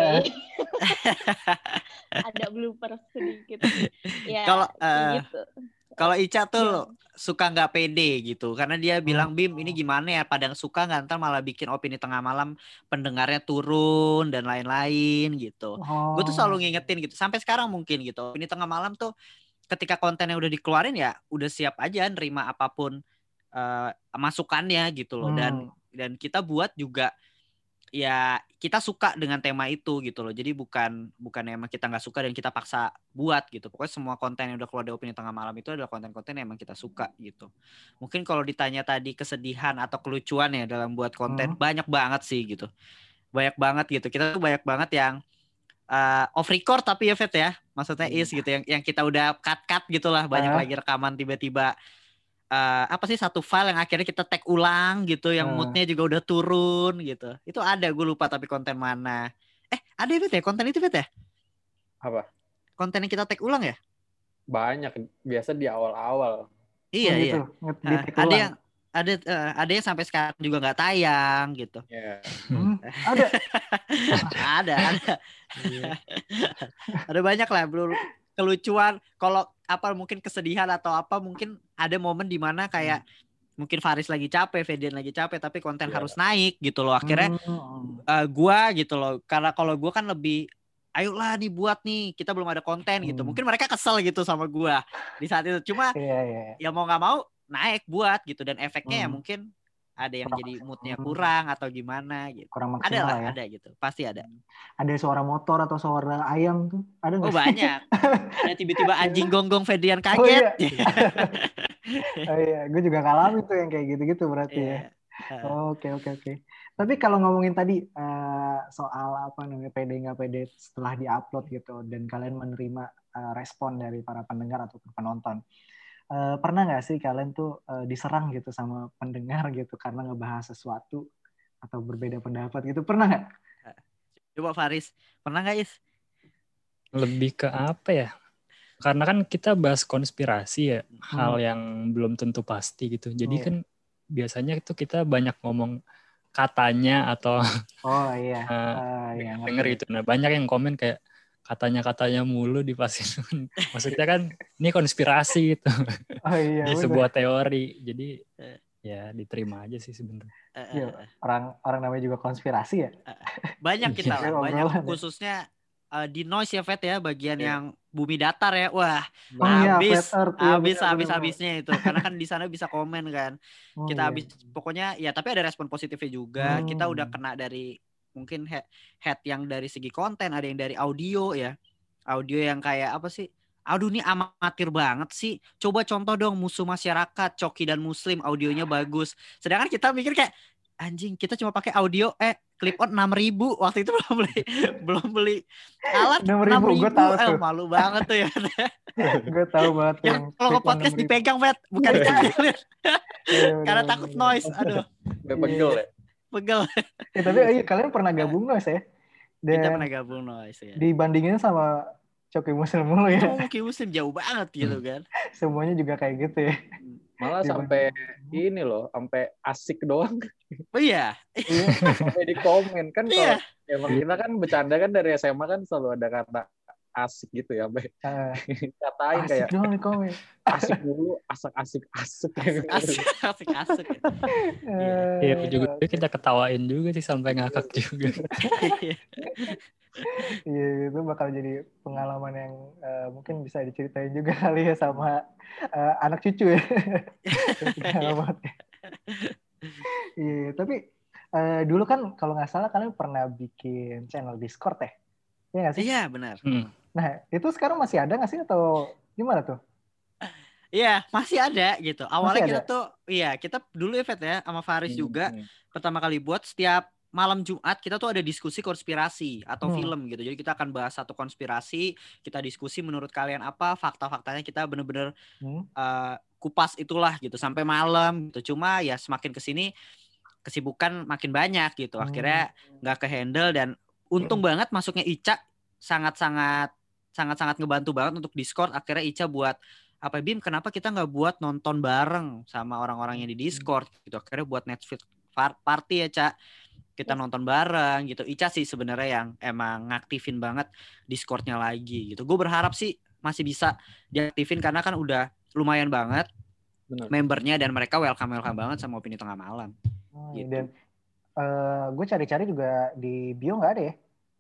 ada blooper sedikit ya. Kalau Ica tuh suka nggak pede gitu, karena dia bilang, Bim ini gimana ya, pada suka nggak ntar malah bikin opini tengah malam pendengarnya turun dan lain-lain gitu. Gue tuh selalu ngingetin gitu, sampai sekarang mungkin gitu, opini tengah malam tuh ketika kontennya udah dikeluarin ya udah siap aja nerima apapun masukannya gitu loh. Dan kita buat juga ya kita suka dengan tema itu gitu loh. Jadi bukan emang kita nggak suka dan kita paksa buat gitu. Pokoknya semua konten yang udah keluar dari Opini Tengah Malam itu adalah konten-konten yang emang kita suka gitu. Mungkin kalau ditanya tadi kesedihan atau kelucuan ya dalam buat konten, banyak banget sih gitu. Banyak banget gitu. Kita tuh banyak banget yang off record tapi ya Fet ya. Maksudnya is gitu yang kita udah cut gitulah, banyak lagi rekaman tiba-tiba apa sih satu file yang akhirnya kita tag ulang gitu, yang moodnya juga udah turun gitu. Itu ada, gue lupa tapi konten mana. Ada ya konten itu ya? Apa? Konten yang kita tag ulang ya? Banyak, biasa di awal-awal. Iya gitu. Ada yang sampai sekarang juga nggak tayang gitu. Yeah. Ada. Ada banyak lah kelucuan. Kalau apa mungkin kesedihan atau apa, mungkin ada momen di mana kayak mungkin Faris lagi capek, Fedian lagi capek, tapi konten harus naik gitu loh. Akhirnya gua gitu loh. Karena kalau gua kan lebih ayolah nih buat nih, kita belum ada konten gitu. Mungkin mereka kesel gitu sama gua di saat itu. Cuma ya mau nggak mau naik buat gitu, dan efeknya ya mungkin ada yang jadi moodnya kurang atau gimana gitu. Kurang maksimal ada ya. Gitu, pasti ada. Ada suara motor atau suara ayam tuh, ada nggak? Oh banyak. Ada tiba-tiba anjing gonggong Fedian kaget. Oh iya, gue juga ngalamin tuh yang kayak gitu-gitu berarti ya. Oke. Tapi kalau ngomongin tadi soal apa namanya pede nggak pede setelah diupload gitu, dan kalian menerima respon dari para pendengar atau penonton. Pernah nggak sih kalian tuh diserang gitu sama pendengar gitu karena ngebahas sesuatu atau berbeda pendapat gitu, pernah nggak? Coba Faris, pernah nggak Is? Lebih ke apa ya? Karena kan kita bahas konspirasi ya, hal yang belum tentu pasti gitu. Jadi kan biasanya itu kita banyak ngomong katanya atau denger gitu. Nah banyak yang komen kayak katanya mulu dipasin. Maksudnya kan ini konspirasi gitu. Ini sebuah teori. Jadi ya diterima aja sih sebenarnya. Orang namanya juga konspirasi ya. Banyak kita lah, banyak khususnya di noise ya Fet ya, bagian yang bumi datar ya. Wah, habisnya itu. Karena kan di sana bisa komen kan. Kita habis pokoknya ya, tapi ada respon positifnya juga. Kita udah kena dari mungkin head yang dari segi konten, ada yang dari audio ya. Audio yang kayak apa sih? Aduh ini amatir banget sih. Coba contoh dong Musuh Masyarakat, Coki dan Muslim, audionya bagus. Sedangkan kita mikir kayak anjing, kita cuma pakai audio clip on 6.000 waktu itu belum beli alat 6.000. Gue tahu tuh. Malu banget tuh ya. Gue tahu banget yang kalau ke podcast dipegang Fet, bukan dicailin. Karena takut noise. Aduh. Pegel. Tapi kalian pernah gabung noise ya? Kita pernah gabung noise ya. Dibandingin sama Coki Muslim mulu ya. Coki Muslim jauh banget gitu kan. Semuanya juga kayak gitu ya. Malah sampai ini loh, sampai asik doang. Oh iya. Sampai di komen kan kalau emang kita kan bercanda kan dari SMA kan selalu ada kata asik gitu ya, Be. Katain asik kayak doang di komen. Asik dulu, asik. Asik. Iya, juga kita ketawain juga sih sampai ngakak juga. Iya, itu bakal jadi pengalaman yang mungkin bisa diceritain juga kali ya sama anak cucu ya. Iya, tapi dulu kan kalau nggak salah kalian pernah bikin channel Discord ya? Iya nggak sih? Iya, benar. Nah, itu sekarang masih ada nggak sih atau gimana tuh? Iya, masih ada gitu. Awalnya kita tuh, kita dulu ya Fet ya, sama Faris juga, pertama kali buat setiap malam Jumat kita tuh ada diskusi konspirasi atau film gitu. Jadi kita akan bahas satu konspirasi, kita diskusi menurut kalian apa, fakta-faktanya kita bener-bener kupas itulah gitu sampai malam gitu. Cuma ya semakin kesini kesibukan makin banyak gitu. Akhirnya nggak ke-handle, dan untung banget masuknya Ica sangat-sangat ngebantu banget untuk Discord. Akhirnya Ica buat apa, Bim, kenapa kita nggak buat nonton bareng sama orang-orang yang di Discord gitu. Akhirnya buat Netflix party ya, Ca. Kita nonton bareng gitu. Ica sih sebenarnya yang emang ngaktifin banget Discord-nya lagi gitu. Gue berharap sih masih bisa diaktifin karena kan udah lumayan banget membernya, dan mereka welcome banget sama Opini Tengah Malam. Gitu. Dan gue cari-cari juga di bio nggak ada ya.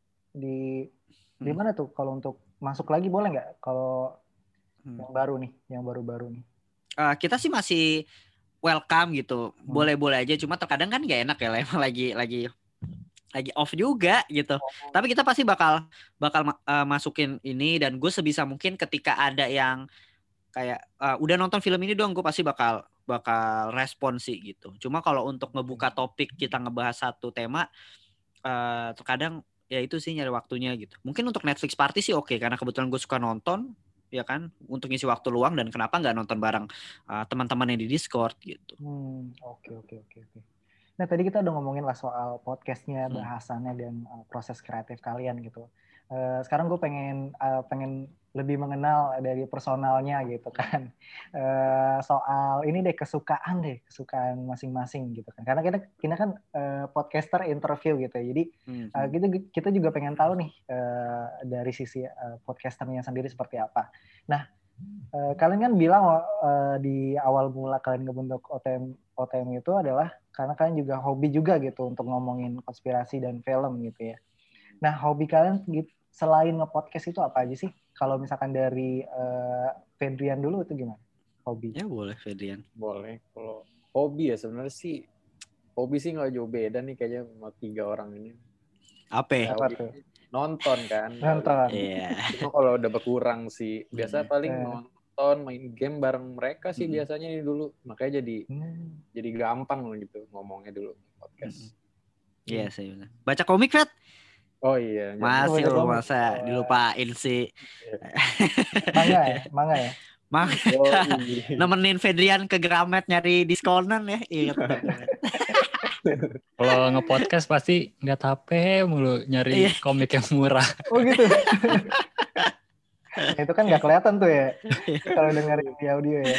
Di mana tuh kalau untuk masuk lagi boleh nggak kalau yang baru nih, yang baru-baru nih? Kita sih masih welcome gitu, boleh-boleh aja. Cuma terkadang kan nggak enak ya, emang lagi lagi off juga gitu. Tapi kita pasti bakal masukin ini, dan gue sebisa mungkin ketika ada yang kayak udah nonton film ini dong, gue pasti bakal respon sih gitu. Cuma kalau untuk ngebuka topik kita ngebahas satu tema, terkadang ya itu sih nyari waktunya gitu. Mungkin untuk Netflix party sih oke, karena kebetulan gue suka nonton ya kan, untuk ngisi waktu luang, dan kenapa nggak nonton bareng teman-teman yang di Discord gitu. Oke. Nah, tadi kita udah ngomongin lah soal podcastnya, bahasannya, dan proses kreatif kalian gitu. Sekarang gue pengen lebih mengenal dari personalnya gitu kan. Soal ini deh, kesukaan masing-masing gitu kan. Karena kita kan podcaster interview gitu ya. Jadi kita juga pengen tahu nih dari sisi podcasternya sendiri seperti apa. Nah, kalian kan bilang di awal mula kalian ngebentuk OTM itu adalah karena kalian juga hobi juga gitu untuk ngomongin konspirasi dan film gitu ya. Nah, hobi kalian selain nge-podcast itu apa aja sih? Kalau misalkan dari Fedrian dulu itu gimana? Hobi? Ya boleh Fedrian. Boleh. Kalau hobi ya sebenarnya sih, hobi sih nggak jauh beda nih kayaknya sama 3 orang ini. Apa tuh? Nonton kan. Nonton. Iya. Cuma kalau udah berkurang sih. Biasa paling nonton, main game bareng mereka sih biasanya nih dulu. Makanya jadi gampang loh gitu ngomongnya dulu podcast. Iya sih benar. Baca komik, Fed? Oh iya. Masih lo masa dilupain sih. Manga ya? Nemenin Fedrian ke Gramet nyari diskonan ya. Ingat. Kalau nge-podcast pasti nggak tape mulu nyari komik yang murah. Oh gitu. Nah, itu kan nggak kelihatan tuh ya. Kalau dengerin di audio ya.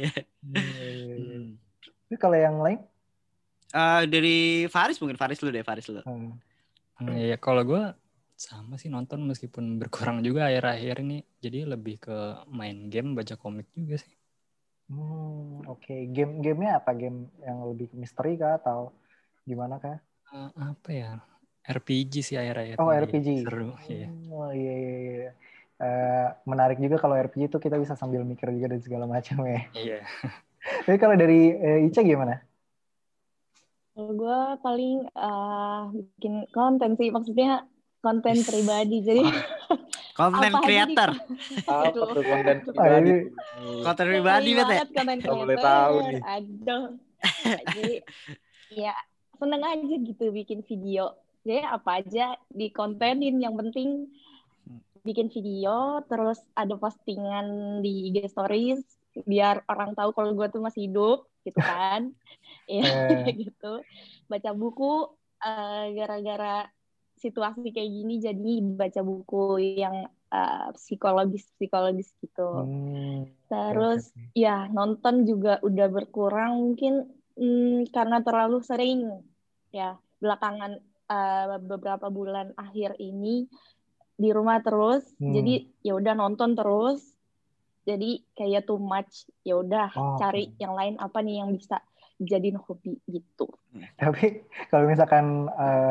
Itu kalau yang lain? Dari Faris mungkin. Faris lu. Iya, kalau gue sama sih nonton meskipun berkurang juga akhir-akhir ini. Jadi lebih ke main game, baca komik juga sih. Oke. Gamenya apa? Game yang lebih ke misteri kah atau gimana kah? Apa ya? RPG sih akhir-akhir. Oh, RPG. Seru. Iya. Oh iya. Menarik juga kalau RPG itu kita bisa sambil mikir juga dan segala macam ya. Iya. Tapi kalau dari Ica gimana? Gue paling bikin konten sih, maksudnya konten pribadi, jadi konten creator. Apa tuh konten pribadi? Konten pribadi banget konten creator. Boleh tahu nih. Aduh. Jadi ya seneng aja gitu bikin video. Jadi apa aja dikontenin, yang penting bikin video, terus ada postingan di IG Stories biar orang tahu kalau gue tuh masih hidup gitu kan. Ya gitu. Baca buku gara-gara situasi kayak gini, jadi baca buku yang psikologis gitu. Terus ya nonton juga udah berkurang mungkin karena terlalu sering ya belakangan beberapa bulan akhir ini di rumah terus, jadi ya udah nonton terus, jadi kayak too much, ya udah cari yang lain apa nih yang bisa dijadiin hobi gitu. Tapi kalau misalkan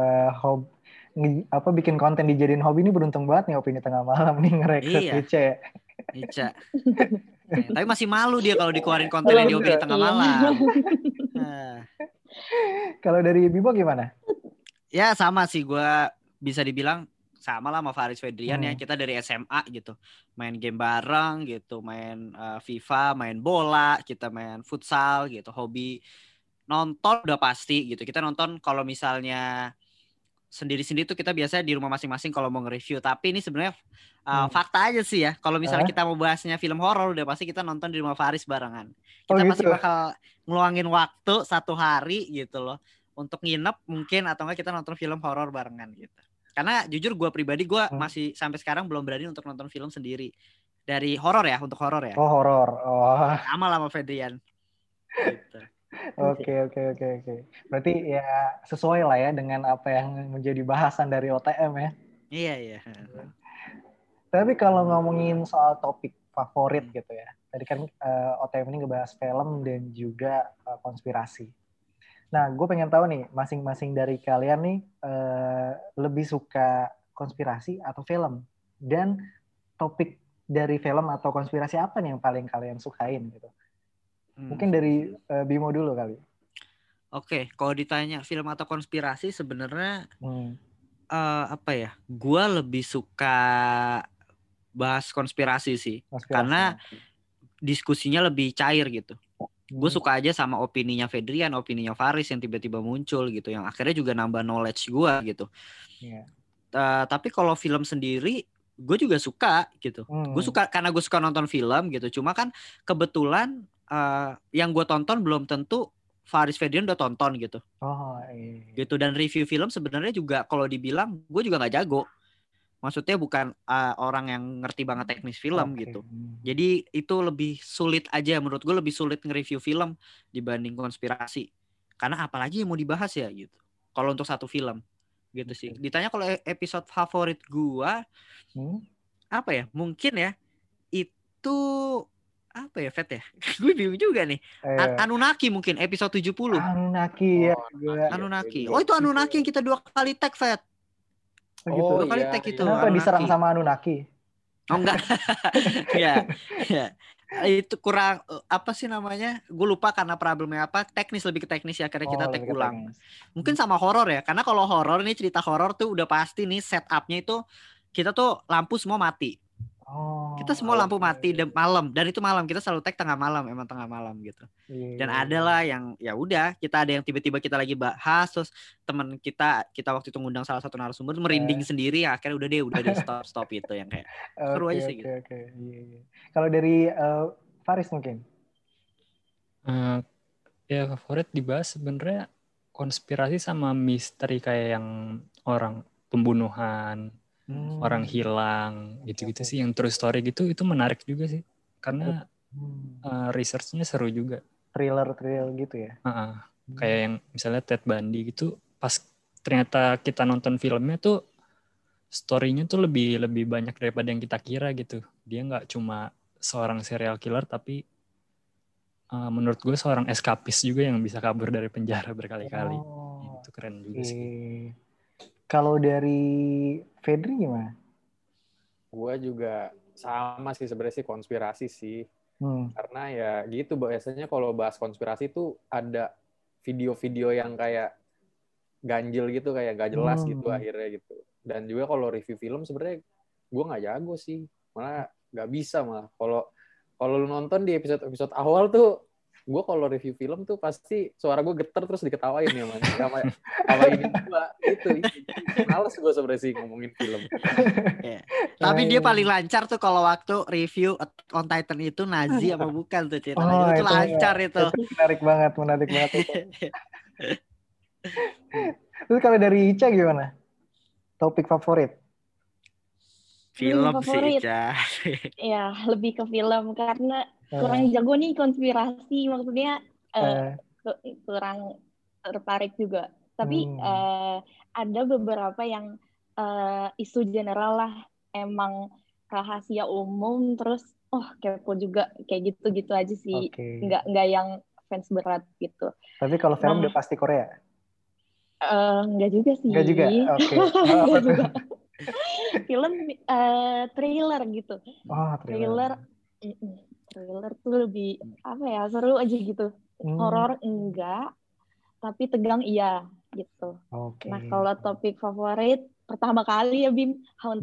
bikin konten dijadiin hobi ini beruntung banget nih Opini Tengah Malam nih ngerekrut Ica. Tapi masih malu dia kalau dikeluarin konten yang di Opini Tengah Malam. Kalau dari Bimo gimana? Ya sama sih, gue bisa dibilang sama lah sama Faris Fedrian ya. Kita dari SMA gitu, main game bareng gitu, main FIFA, main bola, kita main futsal gitu, hobi nonton udah pasti gitu. Kita nonton kalau misalnya sendiri-sendiri tuh kita biasanya di rumah masing-masing kalau mau nge-review. Tapi ini sebenarnya fakta aja sih ya. Kalau misalnya kita mau bahasnya film horor, udah pasti kita nonton di rumah Faris barengan. Kita pasti bakal ngeluangin waktu 1 hari gitu loh untuk nginep mungkin, atau enggak kita nonton film horor barengan gitu. Karena jujur gue pribadi, gue masih sampai sekarang belum berani untuk nonton film sendiri. Dari horor ya, untuk horor ya. Oh horor. Sama lah sama Fedrian. Gitu. Oke. Berarti ya sesuai lah ya dengan apa yang menjadi bahasan dari OTM ya. Iya. Tapi kalau ngomongin soal topik favorit gitu ya. Tadi kan OTM ini ngebahas film dan juga konspirasi. Nah, gue pengen tahu nih, masing-masing dari kalian nih lebih suka konspirasi atau film? Dan topik dari film atau konspirasi apa nih yang paling kalian sukain gitu? Mungkin dari Bimo dulu kali. Oke, kalau ditanya film atau konspirasi sebenarnya apa ya? Gua lebih suka bahas konspirasi sih, karena diskusinya lebih cair gitu. Gue suka aja sama opininya Fedrian, opininya Faris yang tiba-tiba muncul gitu, yang akhirnya juga nambah knowledge gue gitu. Tapi kalau film sendiri, gue juga suka gitu. Gue suka karena gue suka nonton film gitu. Cuma kan kebetulan yang gue tonton belum tentu Faris Fedrian udah tonton gitu. Gitu, dan review film sebenarnya juga kalau dibilang gue juga nggak jago. Maksudnya bukan orang yang ngerti banget teknis film gitu. Jadi itu lebih sulit aja menurut gue, lebih sulit nge-review film dibanding konspirasi. Karena apalagi yang mau dibahas ya gitu. Kalau untuk satu film gitu sih. Ditanya kalau episode favorit gue apa ya? Mungkin ya itu apa ya, Fet ya? Gue bingung juga nih. Anunnaki mungkin episode 70. Anunnaki ya. Anunnaki. Oh itu Anunnaki yang kita 2 kali tag, Fet. Oh, 2 kali tag itu. Kenapa diserang sama Anunnaki? Oh enggak. ya. Itu kurang apa sih namanya? Gue lupa karena problemnya apa. Teknis, lebih ke teknis ya, akhirnya kita tag ulang. Mungkin sama horor ya. Karena kalau horor nih, cerita horor tuh udah pasti nih setupnya itu kita tuh lampu semua mati. Kita semua lampu mati malam, dan itu malam kita selalu tag tengah malam, emang tengah malam gitu. Dan ada lah yang ya udah, kita ada yang tiba-tiba kita lagi bahas terus teman kita waktu itu ngundang salah satu narasumber merinding sendiri, ya akhirnya udah deh stop itu yang kayak seru aja sih gitu. Kalau dari Faris mungkin? Ya favorit dibahas sebenarnya konspirasi sama misteri kayak yang orang pembunuhan, orang hilang gitu-gitu sih, yang true story gitu, itu menarik juga sih karena researchnya seru juga. Thriller gitu ya. Kayak yang misalnya Ted Bundy gitu, pas ternyata kita nonton filmnya tuh story-nya tuh lebih banyak daripada yang kita kira gitu. Dia nggak cuma seorang serial killer, tapi menurut gue seorang eskapis juga yang bisa kabur dari penjara berkali-kali. Itu keren juga sih. Kalau dari Fedri gimana? Gue juga sama sih sebenarnya sih, konspirasi sih. Karena ya gitu, biasanya kalau bahas konspirasi tuh ada video-video yang kayak ganjil gitu, kayak gak jelas gitu akhirnya gitu. Dan juga kalau review film sebenarnya gue nggak jago sih, malah nggak bisa malah. Kalau lu nonton di episode awal tuh, gue kalau review film tuh pasti suara gue getar terus diketawain ya sama ini gue itu. Males gue sebenarnya sih ngomongin film. Tapi dia paling lancar tuh kalau waktu review on Titan itu Nazi apa bukan tuh ceritanya. Itu lancar itu. Menarik banget itu. Terus kalau dari Ica gimana? Topik favorit? Film sih, Ica. Ya, lebih ke film karena kurang jago nih konspirasi, maksudnya kurang tertarik juga. Tapi ada beberapa yang isu general lah, emang rahasia umum, terus kepo juga, kayak gitu-gitu aja sih. Nggak yang fans berat gitu. Tapi kalau film udah pasti Korea? Nggak juga sih. Nggak juga? Nggak juga. Film thriller gitu. Thriller tuh lebih apa ya, seru aja gitu. Horor enggak, tapi tegang iya gitu. Nah kalau topik favorit pertama kali ya Bim,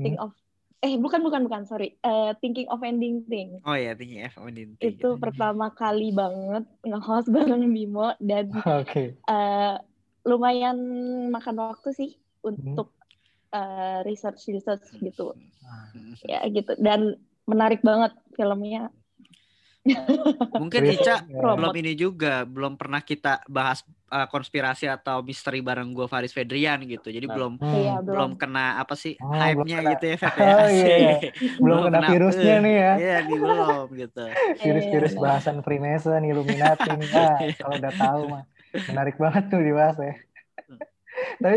Thinking of Ending Things. Oh ya, Thinking of Ending Things. Itu pertama kali banget nge-host bareng Bimo, dan lumayan makan waktu sih untuk research gitu. Ya gitu, dan menarik banget filmnya. Mungkin Ica belum pernah kita bahas konspirasi atau misteri bareng gue Faris Fedrian gitu. Jadi belum kena apa sih hype-nya gitu ya, Fet ya. Belum kena virusnya nih ya. Iya, belum gitu. Virus bahasan Freemason, Illuminati nih. Kalau udah tahu mah menarik banget tuh dibahas ya. Tapi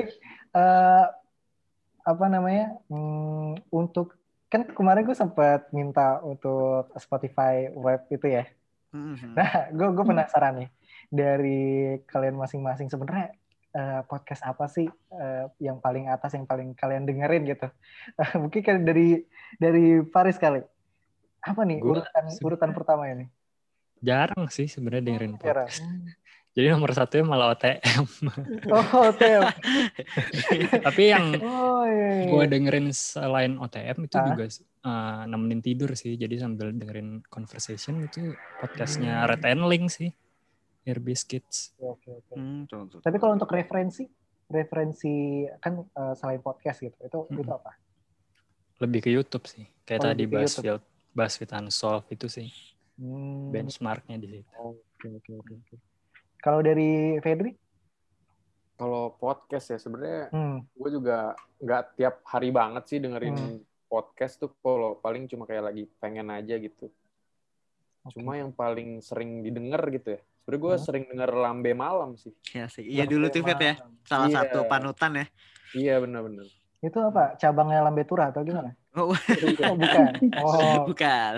untuk kan kemarin gue sempat minta untuk Spotify web itu ya. Nah, gue penasaran nih, dari kalian masing-masing sebenarnya podcast apa sih yang paling atas, yang paling kalian dengerin gitu? Mungkin kan dari Faris kali. Apa nih urutan pertama ini? Jarang sih sebenarnya dengerin podcast. Jadi nomor 1-nya malah OTM. Oh, OTM. Tapi yang iya. gue dengerin selain OTM itu Ah? juga nemenin tidur sih. Jadi sambil dengerin conversation itu podcastnya Red and Link sih. Ear Biscuits. Oke. Tapi kalau untuk referensi kan selain podcast gitu, itu apa? Lebih ke YouTube sih. Kayak tadi YouTube. BuzzFeed Unsolved itu sih. Benchmarknya di situ. Oke. Kalau dari Fedri? Kalau podcast ya sebenarnya gue juga nggak tiap hari banget sih dengerin podcast tuh, kalau paling cuma kayak lagi pengen aja gitu. Cuma yang paling sering didengar gitu ya, sebenarnya gue sering denger Lambe Malam sih. Iya sih, iya dulu tuh Fit ya, salah satu panutan ya. Iya benar-benar. Itu apa? Cabangnya Lambe Tura atau gimana? Oh, bukan. Bukan.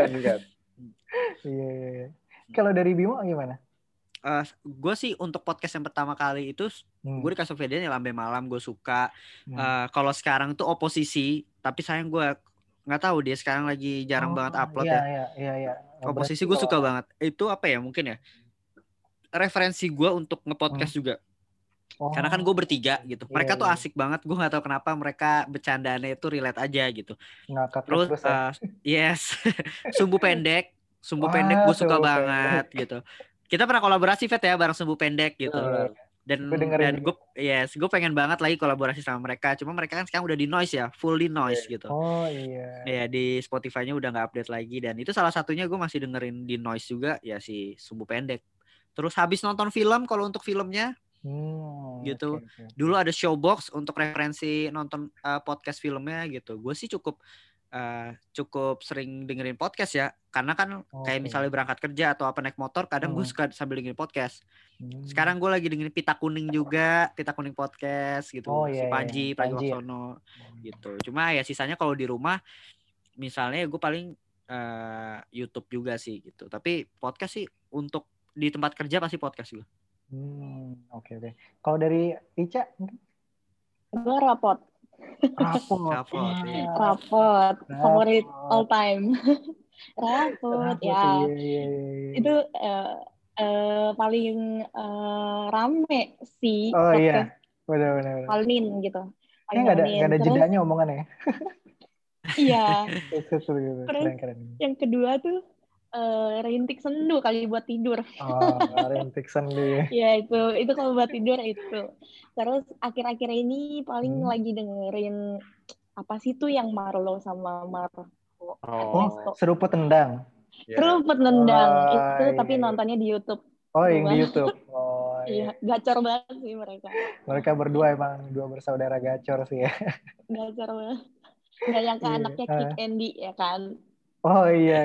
Iya. Kalau dari Bimo gimana? Gue sih untuk podcast yang pertama kali itu gue dikasih videonya Lambe Malam, gue suka. Kalau sekarang tuh Oposisi, tapi sayang gue nggak tahu dia sekarang lagi jarang banget upload Iya. Oposisi gue suka banget. Itu apa ya, mungkin ya referensi gue untuk ngepodcast juga. Karena kan gue bertiga gitu. Mereka tuh asik banget. Gue nggak tahu kenapa mereka bercandaannya itu relate aja gitu. Terus yes, Sumbu Pendek gue suka banget gitu. Kita pernah kolaborasi Fet ya bareng Sumbu Pendek gitu. Dan gue pengen banget lagi kolaborasi sama mereka. Cuma mereka kan sekarang udah di Noise ya, full di Noise gitu. Oh iya. Ya di Spotify-nya udah nggak update lagi, dan itu salah satunya gue masih dengerin di Noise juga ya, si Sumbu Pendek. Terus habis nonton film, kalau untuk filmnya gitu. Okay. Dulu ada Showbox untuk referensi nonton podcast filmnya gitu. Gue sih cukup sering dengerin podcast ya, karena kan kayak misalnya berangkat kerja atau apa naik motor, kadang gue suka sambil dengerin podcast. Sekarang gue lagi dengerin Pita Kuning juga, Pita Kuning podcast gitu, si Panji Pragiwaksono gitu. Cuma ya sisanya kalau di rumah misalnya gue paling YouTube juga sih gitu. Tapi podcast sih untuk di tempat kerja pasti podcast gue. Oke. Kalau dari Ica? Gue rapot. Rapot. Favorit all time. Rapot ya. Iya. Itu paling rame sih. Oh iya, benar. Paling gitu. Nggak ada jedanya omongannya. Iya. Terus keren. Yang kedua tuh rintik sendu kali buat tidur. Rintik sendu. Ya itu kalau buat tidur itu. Terus akhir-akhir ini paling lagi dengerin apa sih tuh yang Marlo sama Marco. Seruput Tendang. Seruput Tendang itu tapi nontonnya di YouTube. Yang di YouTube. Iya, gacor banget sih mereka. Mereka berdua emang dua bersaudara gacor sih ya. Gacor banget. Nggak yang ke anaknya Kik Andy ya kan. Oh iya.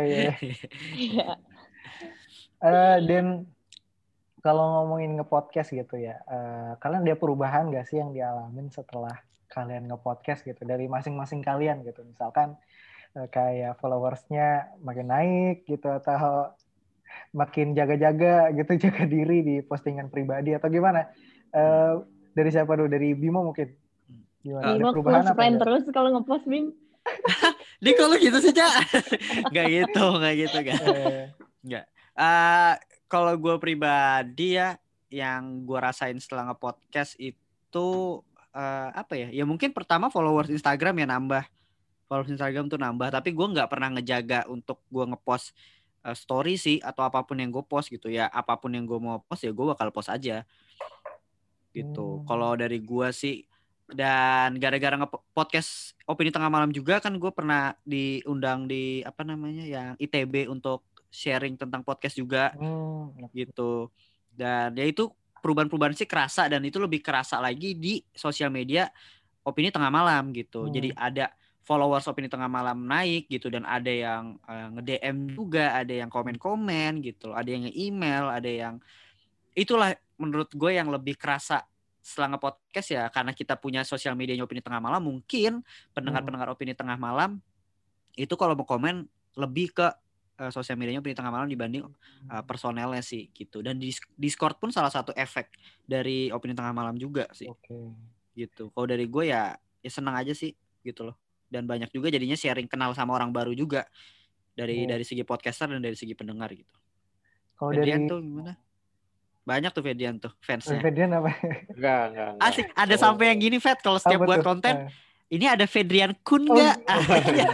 Dan kalau ngomongin nge-podcast gitu ya, kalian ada perubahan nggak sih yang dialamin setelah kalian nge-podcast gitu dari masing-masing kalian gitu? Misalkan kayak followers-nya makin naik gitu, atau makin jaga-jaga gitu, jaga diri di postingan pribadi atau gimana? Dari siapa dulu? Dari Bimo mungkin? Gimana? Bimo close friend terus kalau nge-post, Bim. Di kalau gitu sih, Cak. Nggak gitu kan. Nggak. Kalau gue pribadi ya, yang gue rasain setelah nge-podcast itu apa ya? Ya mungkin pertama followers Instagram ya nambah. Followers Instagram tuh nambah, tapi gue nggak pernah ngejaga untuk gue nge-post story sih, atau apapun yang gue post gitu ya. Apapun yang gue mau post ya gue bakal post aja. Gitu. Kalau dari gue sih, dan gara-gara nge-podcast Opini Tengah Malam juga kan gue pernah diundang di apa namanya yang ITB untuk sharing tentang podcast juga gitu. Dan ya itu perubahan-perubahan sih kerasa, dan itu lebih kerasa lagi di sosial media Opini Tengah Malam gitu. Jadi ada followers Opini Tengah Malam naik gitu, dan ada yang nge-DM juga, ada yang komen-komen gitu, ada yang nge-email, ada yang itulah menurut gue yang lebih kerasa setelah nge-podcast ya, karena kita punya sosial medianya Opini Tengah Malam. Mungkin pendengar-pendengar Opini Tengah Malam itu kalau mau komen lebih ke sosial medianya Opini Tengah Malam dibanding personelnya sih gitu. Dan Discord pun salah satu efek dari Opini Tengah Malam juga sih. Gitu. Kalau dari gue ya senang aja sih gitu loh. Dan banyak juga jadinya sharing kenal sama orang baru juga dari segi podcaster dan dari segi pendengar gitu. Kalau dari tuh gimana? Banyak tuh Fedian tuh fansnya. Fedian apa? Enggak. Asik, ada sampai yang gini Fed kalau setiap Apa buat tuh? konten. Ini ada Fedrian Kun Oh, nggak? iya.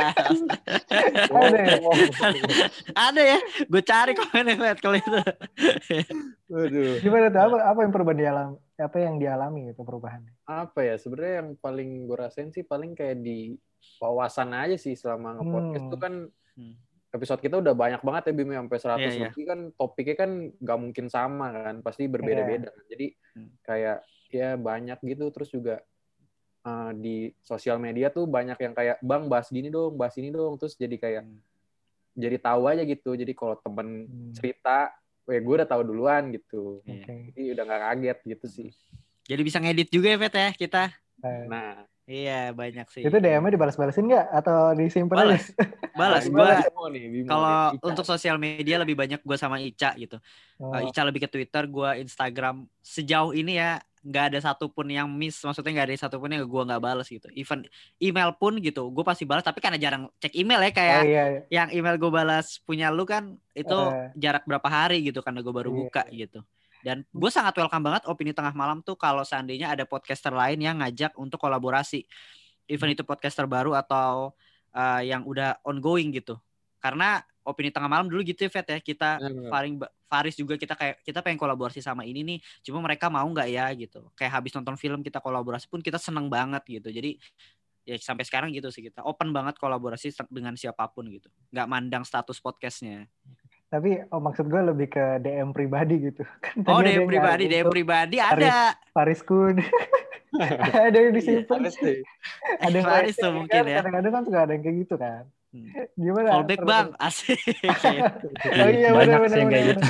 Ada Ada ya? Ada ya. Gue cari komennya Fed kalau itu. Waduh. Gimana tuh? Apa yang perubahan dialami? Apa yang dialami itu perubahannya? Apa ya? Sebenarnya yang paling gue rasain sih paling kayak di wawasan aja sih selama nge-podcast tuh kan episode kita udah banyak banget ya Bim, sampai 100 lebih kan topiknya kan nggak mungkin sama kan, pasti berbeda-beda. Jadi kayak ya banyak gitu, terus juga di sosial media tuh banyak yang kayak bang bahas gini dong, bahas ini dong, terus jadi kayak jadi tahu aja gitu. Jadi kalau temen cerita, gue udah tahu duluan gitu. Jadi udah nggak kaget gitu sih. Jadi bisa ngedit juga ya Fet ya kita. Nah, iya banyak sih. Itu DM-nya dibalas-balasin nggak atau disimpan aja? Balas. Gue kalau untuk sosial media lebih banyak gue sama Ica gitu. Ica lebih ke Twitter, gue Instagram. Sejauh ini ya nggak ada satupun yang miss, maksudnya nggak ada satupun yang gue nggak balas gitu. Even email pun gitu, gue pasti balas. Tapi karena jarang cek email ya, kayak yang email gue balas punya lu kan itu jarak berapa hari gitu karena gue baru buka gitu. Dan gue sangat welcome banget Opini Tengah Malam tuh kalau seandainya ada podcaster lain yang ngajak untuk kolaborasi. Even itu podcaster baru atau yang udah ongoing gitu. Karena Opini Tengah Malam dulu gitu ya Fet ya. Kita Faris juga kita pengen kolaborasi sama ini nih. Cuma mereka mau nggak ya gitu. Kayak habis nonton film kita kolaborasi pun kita seneng banget gitu. Jadi ya sampai sekarang gitu sih, kita open banget kolaborasi dengan siapapun gitu. Nggak mandang status podcastnya. Tapi maksud gue lebih ke DM pribadi gitu. Kan DM pribadi ada. Faris Kun. Ada yang disimpan. Ada yang Faris tuh mungkin ya. Kadang-kadang kan suka ada yang kayak gitu kan. Gimana? Fallback bang, asik. Oh iya banyak sih yang kayak gitu.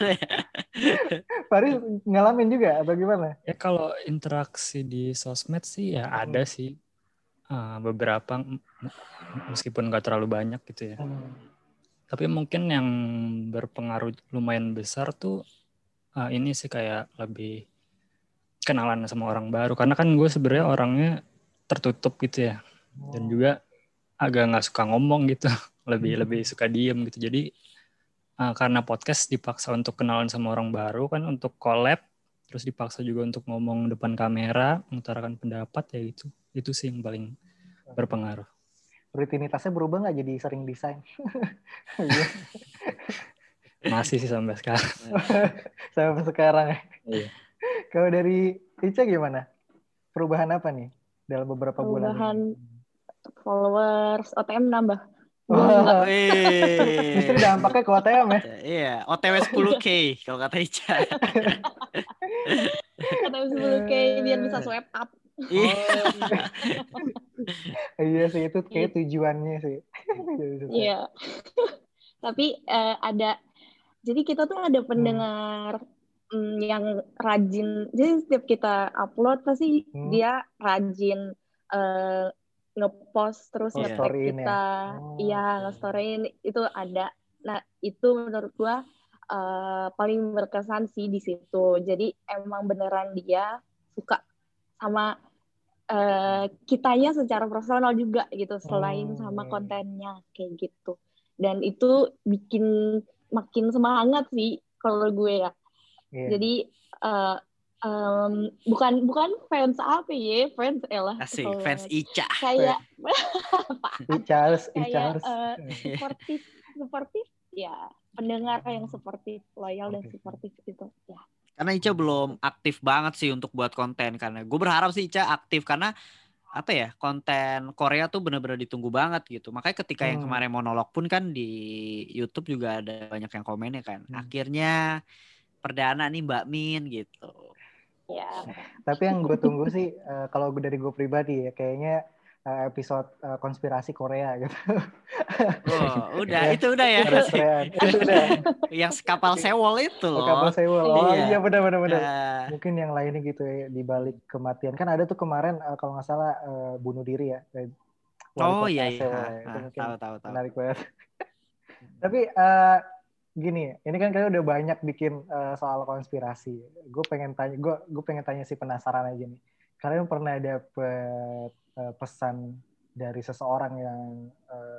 Faris ngalamin juga atau gimana? Ya kalau interaksi di sosmed sih ya ada sih. Beberapa meskipun nggak terlalu banyak gitu ya. Tapi mungkin yang berpengaruh lumayan besar tuh ini sih kayak lebih kenalan sama orang baru. Karena kan gue sebenarnya orangnya tertutup gitu ya. Dan juga agak nggak suka ngomong gitu. Lebih suka diem gitu. Jadi karena podcast dipaksa untuk kenalan sama orang baru kan, untuk collab. Terus dipaksa juga untuk ngomong depan kamera, mengutarakan pendapat ya gitu. Itu sih yang paling berpengaruh. Rutinitasnya berubah nggak jadi sering desain? Masih sih sampai sekarang. Sampai sekarang ya. Iya. Kalau dari Ica gimana? Perubahan apa nih dalam beberapa bulan? Perubahan followers, OTM nambah. Justru dampaknya ke OTM ya? Iya, OTW 10K kalau kata Ica. OTW 10K biar bisa swipe up. Iya sih, itu kayak tujuannya sih. Iya. Tapi jadi kita tuh ada pendengar yang rajin. Jadi setiap kita upload pasti dia rajin ngepost terus nge-tag kita. Iya, nge-storyin itu ada. Nah, itu menurut gua paling berkesan sih di situ. Jadi emang beneran dia suka sama kitanya secara personal juga gitu, selain sama kontennya kayak gitu. Dan itu bikin makin semangat sih kalau gue ya. Jadi bukan fans apa ya, fans elah. Asik, fans Ica. Kayak Ica harus suportif ya, pendengar yang suportif, loyal dan suportif itu ya. Karena Ica belum aktif banget sih untuk buat konten, karena gue berharap sih Ica aktif, karena apa ya, konten Korea tuh bener-bener ditunggu banget gitu. Makanya ketika yang kemarin monolog pun kan di YouTube juga ada banyak yang komennya kan. Akhirnya perdana nih Mbak Min gitu. Ya. Tapi yang gue tunggu sih kalau dari gue pribadi ya, kayaknya episode konspirasi Korea gitu. Oh, itu udah ya. Itu udah. Yang kapal Sewol itu loh. Kapal Sewol. Oh iya benar. Mungkin yang lainnya gitu ya, di balik kematian. Kan ada tuh kemarin kalau nggak salah bunuh diri ya. Iya. Itu mungkin tahu. Menarik banget. Tapi gini, ini kan kalian udah banyak bikin soal konspirasi. Gue pengen tanya sih, penasaran aja nih. Kalian pernah dapet pesan dari seseorang yang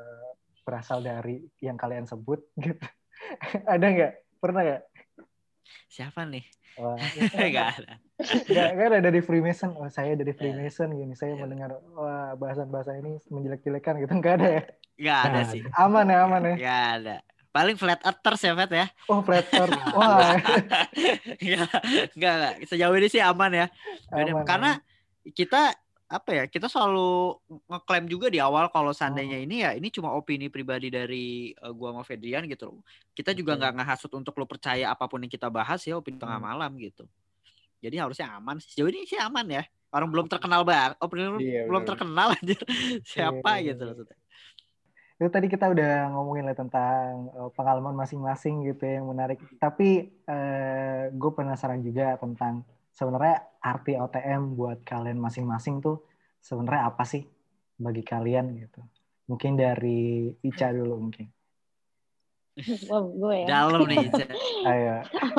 berasal dari yang kalian sebut gitu? Ada nggak? Pernah nggak? siapa nih? Wah, Nggak ada. Nggak ada dari Freemason. Oh, saya dari Freemason gini. Saya mendengar wah bahasan-bahasan ini menjelek-jelekan gitu. Nggak ada ya? Nggak ada Nggak sih. Aman ya. Nggak ada. Paling flat earthers ya, Fet ya. Oh, flat earth. Wah, Nggak. Sejauh ini sih aman ya. aman. Karena kita kita selalu ngeklaim juga di awal kalau seandainya ini cuma opini pribadi dari gua sama Fedrian gitu. Kita juga nggak ngehasut untuk lo percaya apapun yang kita bahas ya opini tengah malam gitu. Jadi harusnya aman. Sejauh ini sih aman ya. Orang belum terkenal banget. Belum terkenal aja siapa gitu maksudnya. Itu tadi kita udah ngomongin lah tentang pengalaman masing-masing gitu yang menarik. Tapi gue penasaran juga tentang sebenarnya arti OTM buat kalian masing-masing tuh sebenarnya apa sih bagi kalian gitu. Mungkin dari Ica dulu mungkin. Wow, gue ya. Dalam nih Ica. Ayo.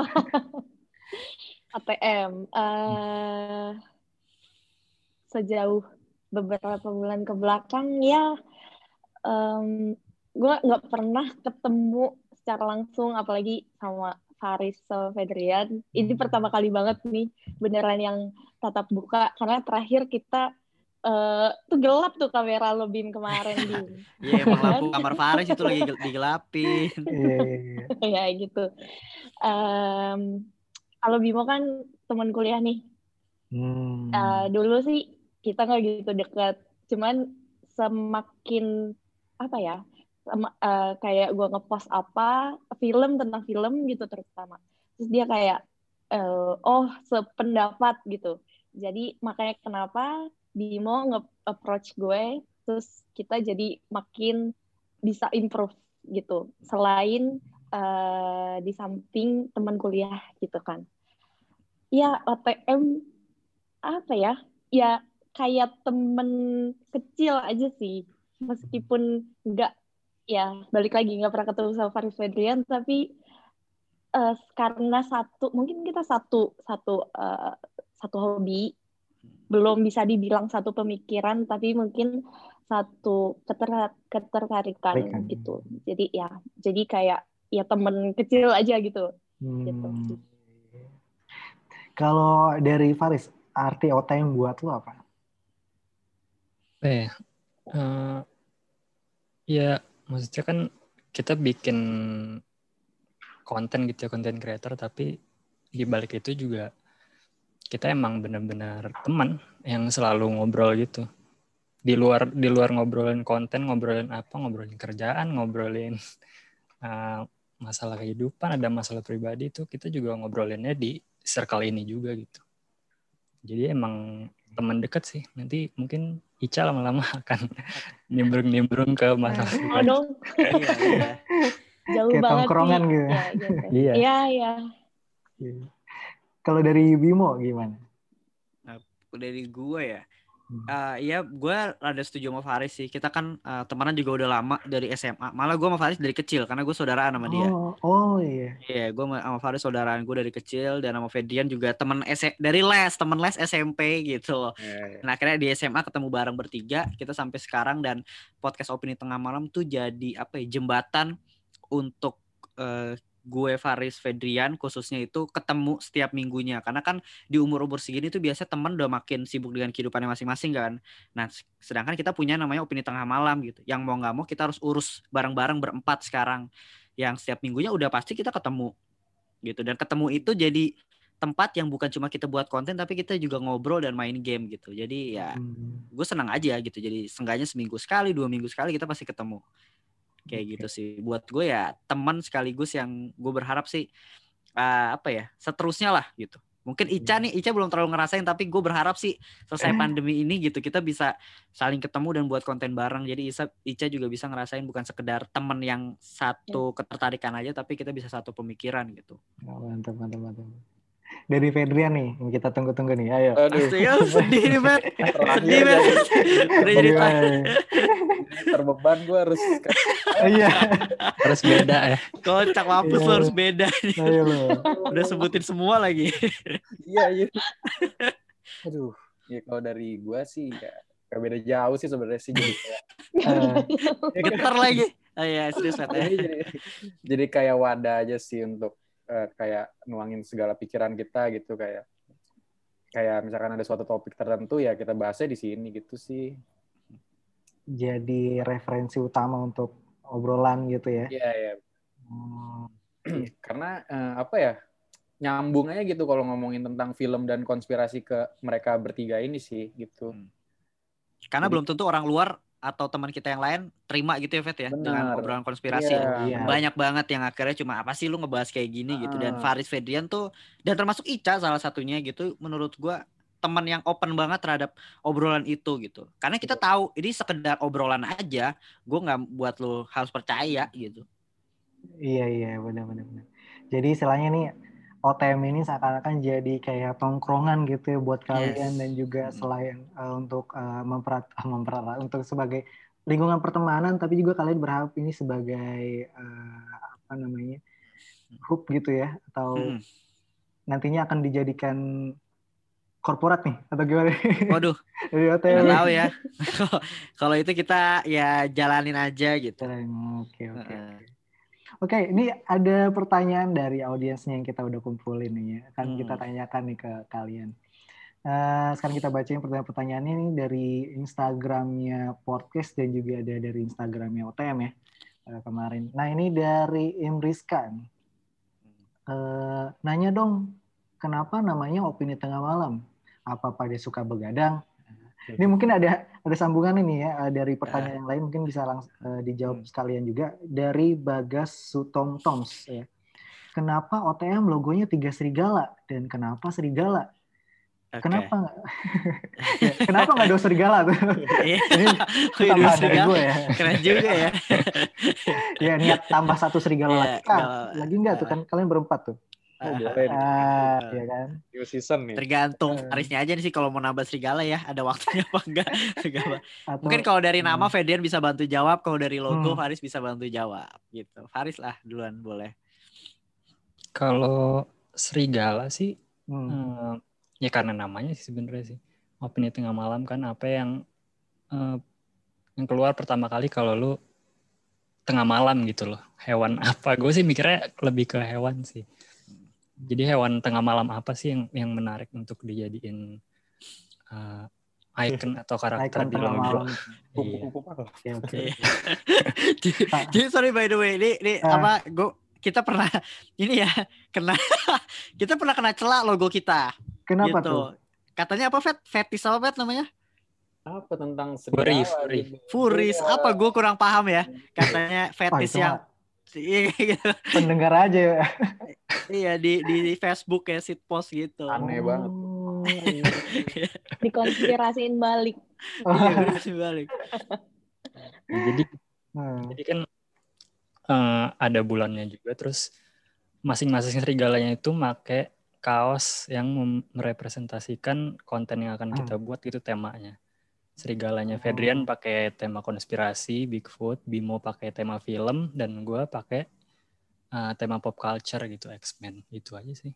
ATM. Sejauh beberapa bulan ke belakang ya, gue nggak pernah ketemu secara langsung, apalagi sama Faris sama Fedrian. Ini pertama kali banget nih beneran yang tatap muka, karena terakhir kita tuh gelap tuh kamera lo Bim kemarin Bim. Iya emang lampu kamar Faris itu lagi digelapin. Ya gitu. Kalau Bimo kan teman kuliah nih. Dulu sih kita nggak gitu dekat, cuman semakin apa ya, kayak gue ngepost film tentang film gitu terutama, terus dia kayak sependapat gitu. Jadi makanya kenapa Bimo nge-approach gue, terus kita jadi makin bisa improve gitu, selain di samping teman kuliah gitu kan. Ya OTM apa ya, ya kayak temen kecil aja sih, meskipun nggak, ya balik lagi nggak pernah ketemu sama Faris Fedrian, tapi karena mungkin kita satu hobi, belum bisa dibilang satu pemikiran, tapi mungkin satu ketertarikan gitu. Jadi kayak ya temen kecil aja gitu. Gitu. Kalau dari Faris, arti OTM buat lo apa? Ya maksudnya kan kita bikin konten gitu ya, konten creator, tapi di balik itu juga kita emang benar-benar teman yang selalu ngobrol gitu. Di luar ngobrolin konten, ngobrolin kerjaan, ngobrolin masalah kehidupan, ada masalah pribadi, itu kita juga ngobrolinnya di circle ini juga gitu. Jadi emang teman dekat sih. Nanti mungkin Ica lama-lama akan nimbrung ke masalah pribadi. Oh dong. Jauh kayak banget tongkrongan sih. Gitu. Ya, gitu. Iya. Kalau dari Bimo gimana? Dari gue ya. Iya, gue rada setuju sama Faris sih. Kita kan temenan juga udah lama dari SMA. Malah gue sama Faris dari kecil karena gue saudaraan sama dia. Oh iya. Iya, gue sama Faris saudaraan gue dari kecil, dan sama Fedrian juga temen les SMP gitu. Nah akhirnya di SMA ketemu bareng bertiga, kita sampai sekarang, dan podcast Opini Tengah Malam tuh jadi jembatan untuk gue, Faris, Fedrian khususnya itu ketemu setiap minggunya, karena kan di umur-umur segini tuh biasa teman udah makin sibuk dengan kehidupannya masing-masing kan. Nah sedangkan kita punya namanya Opini Tengah Malam gitu, yang mau nggak mau kita harus urus bareng-bareng berempat sekarang, yang setiap minggunya udah pasti kita ketemu gitu. Dan ketemu itu jadi tempat yang bukan cuma kita buat konten, tapi kita juga ngobrol dan main game gitu. Jadi ya gue senang aja gitu, jadi seenggaknya seminggu sekali, 2 minggu sekali kita pasti ketemu. Kayak gitu sih. Buat gue ya teman sekaligus yang gue berharap sih seterusnya lah gitu. Mungkin Ica belum terlalu ngerasain, tapi gue berharap sih selesai pandemi ini gitu kita bisa saling ketemu dan buat konten bareng. Jadi Ica juga bisa ngerasain bukan sekedar teman yang satu ketertarikan aja, tapi kita bisa satu pemikiran gitu. Mantap. Dari Fedrian nih, yang kita tunggu-tunggu nih. Ayo. Aduh, sedih nih, Matt. Sedih, Matt. Udah jadi terbeban, gue harus harus beda ya. Kocak, mampus lo harus beda. Ayo lo. Udah sebutin semua lagi. Iya. Aduh, ya kalau dari gue sih gak beda jauh sih sebenarnya sih, jadi kayak getar lagi. Iya, serius Matt ya. Jadi kayak wadah aja sih untuk kayak nuangin segala pikiran kita gitu, kayak misalkan ada suatu topik tertentu ya kita bahasnya di sini gitu sih. Jadi referensi utama untuk obrolan gitu ya. Iya, iya. Karena apa ya, nyambung aja gitu kalau ngomongin tentang film dan konspirasi ke mereka bertiga ini sih gitu. Karena belum tentu orang luar atau teman kita yang lain terima gitu ya, Fet ya. Benar. Dengan obrolan konspirasi ya. Iya. Banyak banget yang akhirnya cuma apa sih lu ngebahas kayak gini gitu. Dan Faris Fedrian tuh, dan termasuk Ica salah satunya gitu, menurut gua teman yang open banget terhadap obrolan itu gitu. Karena kita tahu ini sekedar obrolan aja, gua nggak buat lu harus percaya gitu. Iya, benar. Jadi istilahnya nih OTM ini seakan-akan jadi kayak tongkrongan gitu ya buat kalian, dan juga selain untuk mempererat untuk sebagai lingkungan pertemanan, tapi juga kalian berharap ini sebagai hub gitu ya, atau nantinya akan dijadikan korporat nih atau gimana? Waduh, nggak tahu ya. Kalau itu kita ya jalanin aja gitu. Oke, ini ada pertanyaan dari audiensnya yang kita udah kumpulin nih ya. Akan kita tanyakan nih ke kalian. Sekarang kita bacain pertanyaan ini dari Instagramnya podcast dan juga ada dari Instagramnya OTM ya kemarin. Nah ini dari Imriskan. Nanya dong, kenapa namanya Opini Tengah Malam? Apa pada suka begadang? Ini mungkin ada sambungan ini ya dari pertanyaan yang lain, mungkin bisa langsung dijawab sekalian juga dari Bagas Sutomtoms ya. Kenapa OTM logonya 3 serigala dan kenapa serigala? Okay. Kenapa nggak 2 serigala tuh? Ini tambahan dari gue ya. Keren juga ya. Ya niat tambah 1 serigala lagi nggak tuh, kan kalian berempat tuh. Boleh ya kan. New season nih. Tergantung Farisnya aja nih sih kalau mau nambah serigala ya, ada waktunya apa enggak. Mungkin kalau dari nama Fedian bisa bantu jawab, kalau dari logo Faris bisa bantu jawab gitu. Faris lah duluan boleh. Kalau serigala sih ya karena namanya sih sebenarnya sih. Opini Tengah Malam kan apa yang keluar pertama kali kalau lu tengah malam gitu loh. Hewan apa? Gue sih mikirnya lebih ke hewan sih. Jadi hewan tengah malam apa sih yang menarik untuk dijadiin icon atau karakter di logo? Oke. Jadi sorry by the way, ini apa? Kita pernah ini ya kita pernah kena celak logo kita. Kenapa gitu. tuh? Katanya apa Fetis apa namanya? Apa tentang serigala? Furis. Apa gue kurang paham ya. Katanya fetis yang gitu. Pendengar aja ya. Iya di Facebook ya post gitu. Aneh banget. Dikonspirasiin balik. Balik. Jadi kan ada bulannya juga, terus masing-masing serigalanya itu pakai kaos yang merepresentasikan konten yang akan kita buat gitu temanya. Serigalanya Fedrian pakai tema konspirasi, Bigfoot, Bimo pakai tema film, dan gue pakai tema pop culture gitu, X-Men. Itu aja sih.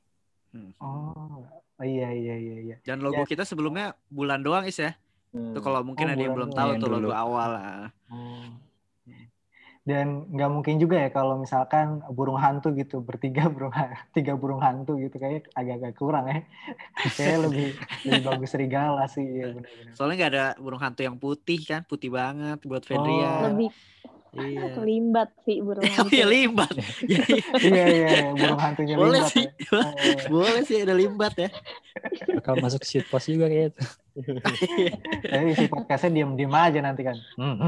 Iya. Dan logo kita sebelumnya bulan doang ya. Itu kalau mungkin ada yang belum tahu tuh logo awal. Dan nggak mungkin juga ya kalau misalkan burung hantu gitu, tiga burung hantu gitu, kayak agak-agak kurang ya. Kayak lebih bagus serigala sih ya, benar-benar. Soalnya nggak ada burung hantu yang putih kan, putih banget buat Fedrian. Lebih limbat sih burung hantu. Iya limbat. Iya, burung hantunya boleh limbat. Sih. Ya. Boleh sih ada limbat ya. Bakal masuk shit post juga kayak itu. Jadi si podcastnya diem aja nanti kan.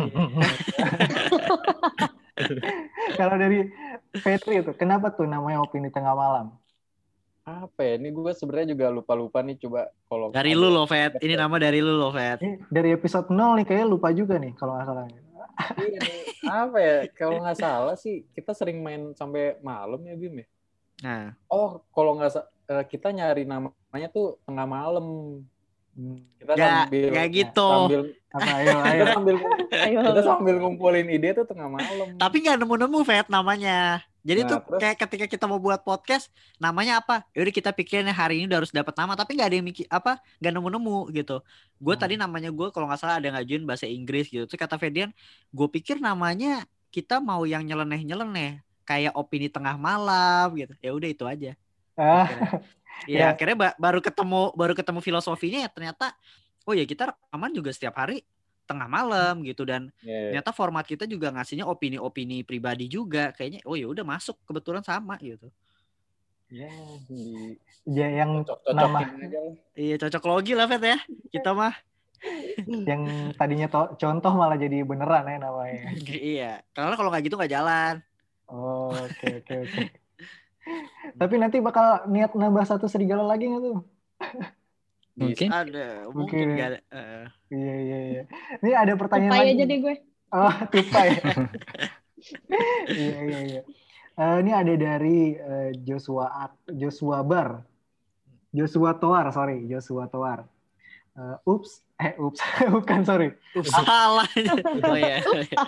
Kalau dari Fetri itu, kenapa tuh namanya Opini Tengah Malam? Apa ya? Ini gue sebenarnya juga lupa nih, coba kalau dari lu loh, Fet. Ini nama dari lu loh, Fet. Dari episode 0 nih kayaknya lupa juga nih kalau nggak salah. Iya nih. Apa ya? Kalau nggak salah sih kita sering main sampai malam ya, Bim ya. Nah. Oh, kalau nggak kita nyari namanya tuh tengah malam. Kita gak gitu. Kita sambil ngumpulin ide tuh tengah malam. Tapi nggak nemu-nemu Fet namanya. Jadi tuh terus, kayak ketika kita mau buat podcast, namanya apa? Yaudah kita pikirin hari ini udah harus dapat nama, tapi nggak ada yang mikir apa, nggak nemu-nemu gitu. Gue tadi namanya gue kalau nggak salah ada ngajuin bahasa Inggris gitu. Terus kata Fedian, gue pikir namanya kita mau yang nyeleneh-nyeleneh. kayak opini tengah malam gitu. Ya udah itu aja. Ya. Akhirnya baru ketemu filosofinya ya ternyata oh ya kita rekaman juga setiap hari tengah malam gitu dan ternyata format kita juga ngasihnya opini-opini pribadi juga kayaknya oh ya udah masuk kebetulan sama gitu. Ya yang nama iya cocok logi lah Fet ya kita mah yang tadinya contoh malah jadi beneran ya namanya. Iya karena kalau nggak gitu nggak jalan. Oke. Tapi nanti bakal niat nambah satu serigala lagi nggak tuh? Mungkin mungkin nggak ada. Iya. Ini ada pertanyaan tupai lagi. Aja deh gue. Oh, tupai. Iya. Ini ada dari Joshua Toar. Ups, bukan sorry. Salah. Oh ya.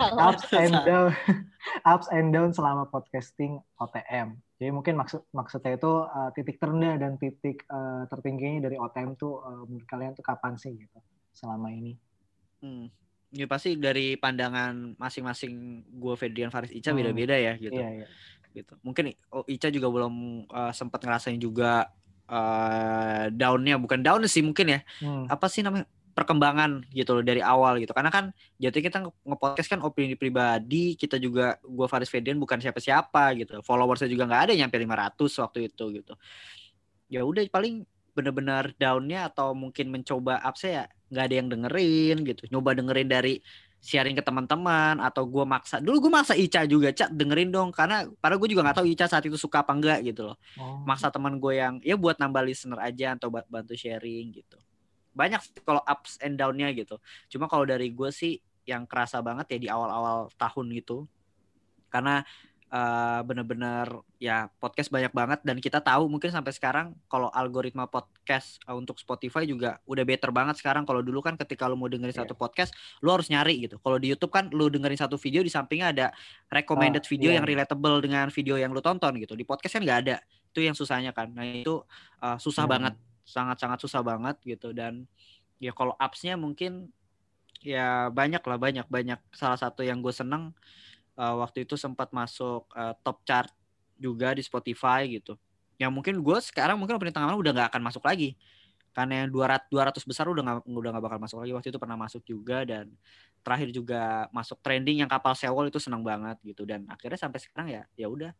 Ups and down selama podcasting OTM. Jadi mungkin maksudnya itu titik terendah dan titik tertingginya dari OTM tuh menurut kalian tuh kapan sih gitu selama ini? Ya pasti dari pandangan masing-masing gue Fedrian Faris Ica beda-beda ya gitu. Iya. Gitu. Mungkin Ica juga belum sempat ngerasain juga down-nya bukan down sih mungkin ya. Apa sih namanya? Perkembangan gitu loh dari awal gitu. Karena kan jatuhnya kita nge-podcast kan opini pribadi, kita juga gue Faris Fedrian bukan siapa-siapa gitu. Followersnya juga nggak ada nyampe 500 waktu itu gitu. Ya udah paling benar-benar down-nya atau mungkin mencoba upsnya ya nggak ada yang dengerin gitu. Nyoba dengerin dari sharing ke teman-teman atau gue maksa. Dulu gue maksa Ica juga, Cak dengerin dong karena gue juga nggak tahu Ica saat itu suka apa enggak gitu loh. Maksa teman gue yang ya buat nambah listener aja atau bantu sharing gitu. Banyak kalau ups and down-nya gitu. Cuma kalau dari gue sih yang kerasa banget ya di awal-awal tahun gitu. Karena bener-bener ya podcast banyak banget dan kita tahu mungkin sampai sekarang kalau algoritma podcast untuk Spotify juga udah better banget sekarang. Kalau dulu kan ketika lu mau dengerin satu podcast lu harus nyari gitu. Kalau di YouTube kan lu dengerin satu video di sampingnya ada recommended video yang relatable dengan video yang lu tonton gitu. Di podcast kan nggak ada. Itu yang susahnya kan. Nah itu susah banget, sangat-sangat susah banget gitu. Dan ya kalau apps-nya mungkin ya banyak. Salah satu yang gue seneng waktu itu sempat masuk top chart juga di Spotify gitu. Yang mungkin gue sekarang mungkin opini tengah malam udah nggak akan masuk lagi. Karena yang 200 besar udah nggak bakal masuk lagi. Waktu itu pernah masuk juga dan terakhir juga masuk trending yang kapal Sewol itu seneng banget gitu. Dan akhirnya sampai sekarang ya udah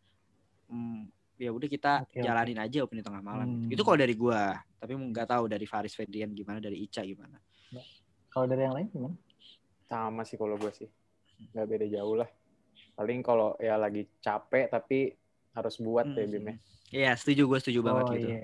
kita jalanin aja opini tengah malam. Itu kalau dari gue. Tapi nggak tahu dari Faris Fedrian gimana, dari Ica gimana. Kalau dari yang lain gimana? Sama sih kalau gue sih. Nggak beda jauh lah. Paling kalau ya lagi capek tapi harus buat ya Bim. Iya, gue setuju banget gitu. Iya.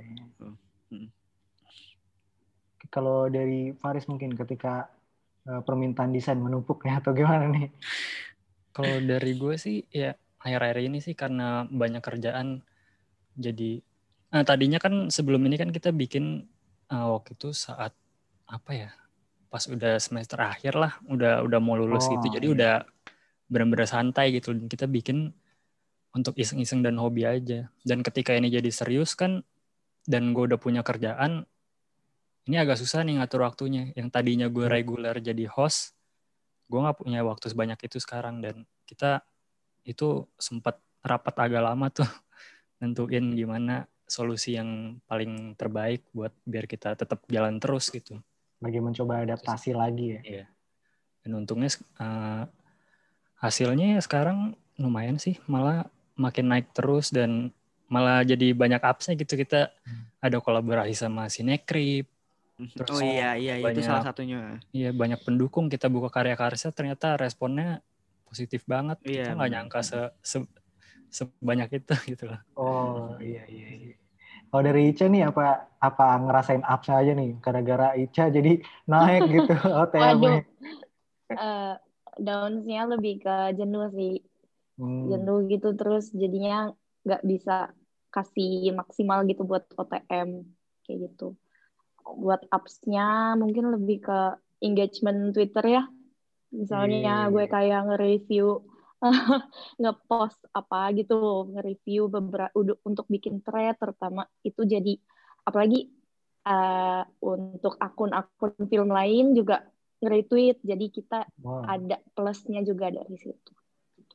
Kalau dari Faris mungkin ketika permintaan desain menumpuknya atau gimana nih? Kalau dari gue sih ya akhir-akhir ini sih karena banyak kerjaan jadi tadinya kan sebelum ini kan kita bikin waktu itu saat apa ya? Pas udah semester akhir lah, udah mau lulus gitu. Jadi udah benar-benar santai gitu. Dan kita bikin untuk iseng-iseng dan hobi aja. Dan ketika ini jadi serius kan, dan gue udah punya kerjaan, ini agak susah nih ngatur waktunya. Yang tadinya gue reguler jadi host, gue gak punya waktu sebanyak itu sekarang. Dan kita itu sempat rapat agak lama tuh, nentuin gimana solusi yang paling terbaik buat biar kita tetap jalan terus gitu. Lagi mencoba adaptasi lagi ya. Iya. Dan untungnya hasilnya sekarang lumayan sih, malah makin naik terus dan malah jadi banyak apps-nya gitu. Kita ada kolaborasi sama Sinekrip. Terus iya itu salah satunya. Iya, banyak pendukung, kita buka karya-karya ternyata responnya positif banget. Kita nggak nyangka sebanyak itu gitu lah. Iya. Kalau dari Ica nih apa ngerasain apps aja nih gara-gara Ica jadi naik gitu OTM-nya. Downs-nya lebih ke jenuh sih. Jenuh gitu terus jadinya nggak bisa kasih maksimal gitu buat OTM kayak gitu. Buat apps-nya mungkin lebih ke engagement Twitter ya. Misalnya gue kayak nge-review nge-post apa gitu, nge-review beberapa untuk bikin thread terutama itu jadi apalagi untuk akun-akun film lain juga nge-retweet jadi kita ada plusnya juga dari situ.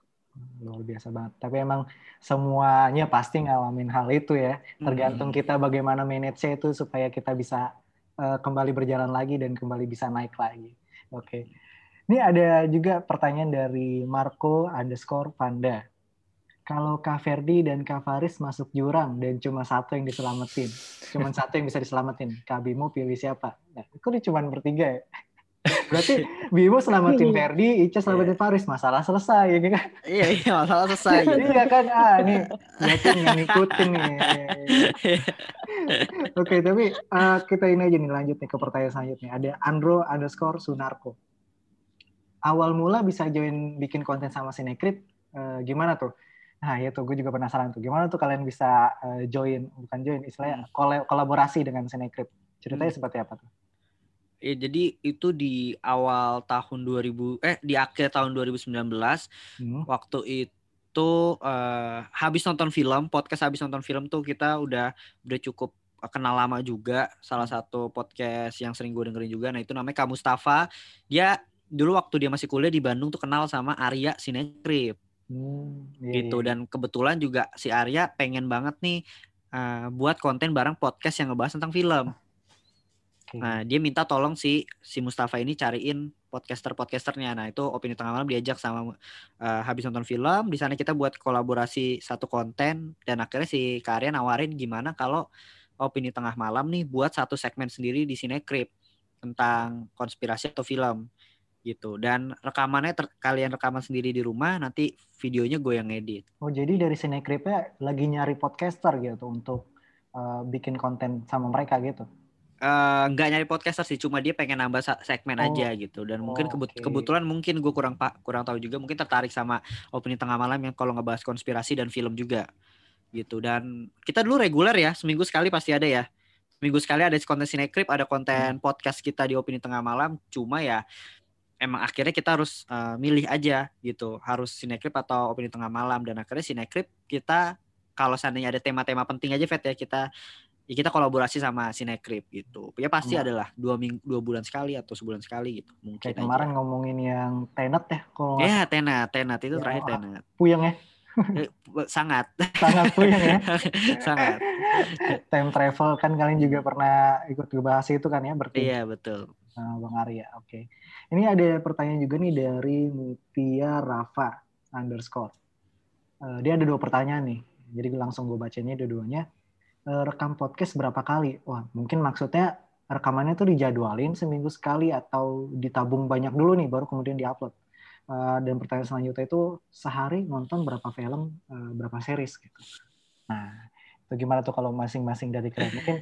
Luar biasa banget. Tapi emang semuanya pasti ngalamin hal itu ya. Tergantung kita bagaimana manage itu supaya kita bisa kembali berjalan lagi dan kembali bisa naik lagi. Oke. Ini ada juga pertanyaan dari Marco_Panda. Kalau Kak Ferdi dan Kak Faris masuk jurang dan cuma satu yang diselamatin, cuma satu yang bisa diselamatin, Kak Bimo pilih siapa? Nah, kok dia cuma bertiga ya? Berarti Bimo selamatin Ferdi, Ica selamatin Faris, masalah selesai ya kan? Iya, masalah selesai gitu. Iya kan, ini berarti nggak ngikutin nih. Oke, tapi kita ini aja nih lanjut nih ke pertanyaan selanjutnya. Ada Andro_Sunarko. Awal mula bisa join bikin konten sama Sinekrip, gimana tuh? Nah, ya tuh gue juga penasaran tuh. Gimana tuh kalian bisa bukan join, istilahnya kolaborasi dengan Sinekrip? Ceritanya seperti apa tuh? Ya, jadi itu di awal tahun di akhir tahun 2019 waktu itu habis nonton film, podcast habis nonton film tuh kita udah cukup kenal lama juga, salah satu podcast yang sering gue dengerin juga. Nah, itu namanya Kak Mustafa. Dia dulu waktu dia masih kuliah di Bandung tuh kenal sama Arya Sinekrip. Gitu. Dan kebetulan juga si Arya pengen banget nih buat konten bareng podcast yang ngebahas tentang film. Nah, dia minta tolong si Mustafa ini cariin podcasternya. Nah, itu Opini Tengah Malam diajak sama habis nonton film. Di sana kita buat kolaborasi satu konten, dan akhirnya si Karya nawarin gimana kalau Opini Tengah Malam nih buat satu segmen sendiri di Sinekrip tentang konspirasi atau film gitu. Dan rekamannya kalian rekaman sendiri di rumah, nanti videonya gue yang edit. Oh, jadi dari Sinekripnya lagi nyari podcaster gitu untuk bikin konten sama mereka gitu? Nggak nyari podcaster sih, cuma dia pengen nambah segmen aja gitu. Dan mungkin kebetulan mungkin gue kurang tahu juga, mungkin tertarik sama Opini Tengah Malam yang kalau ngebahas konspirasi dan film juga gitu. Dan kita dulu reguler ya, seminggu sekali pasti ada ya. Seminggu sekali ada konten Sinekrip, ada konten podcast kita di Opini Tengah Malam. Cuma ya emang akhirnya kita harus milih aja gitu, harus Sinekrip atau Opini Tengah Malam. Dan akhirnya Sinekrip kita, kalau seandainya ada tema-tema penting aja Fet ya, kita kolaborasi sama Sinekrip gitu. Ya pasti adalah 2 bulan sekali atau sebulan sekali gitu. Mungkin kayak kemarin aja. Ngomongin yang Tenet ya. Ya, Tenet itu ya, terakhir Tenet. Puyeng ya? Sangat puyeng ya? Sangat. Time travel kan kalian juga pernah ikut ngebahas itu kan ya? Berarti. Iya, betul. Bang Arya, oke. Ini ada pertanyaan juga nih dari Mutia Rafa _ dia ada 2 pertanyaan nih. Jadi langsung gue bacanya dua-duanya. Rekam podcast berapa kali? Wah, mungkin maksudnya rekamannya tuh dijadwalin seminggu sekali atau ditabung banyak dulu nih baru kemudian diupload. Dan pertanyaan selanjutnya itu sehari nonton berapa film, berapa series gitu. Nah, itu gimana tuh kalau masing-masing dari kalian? Mungkin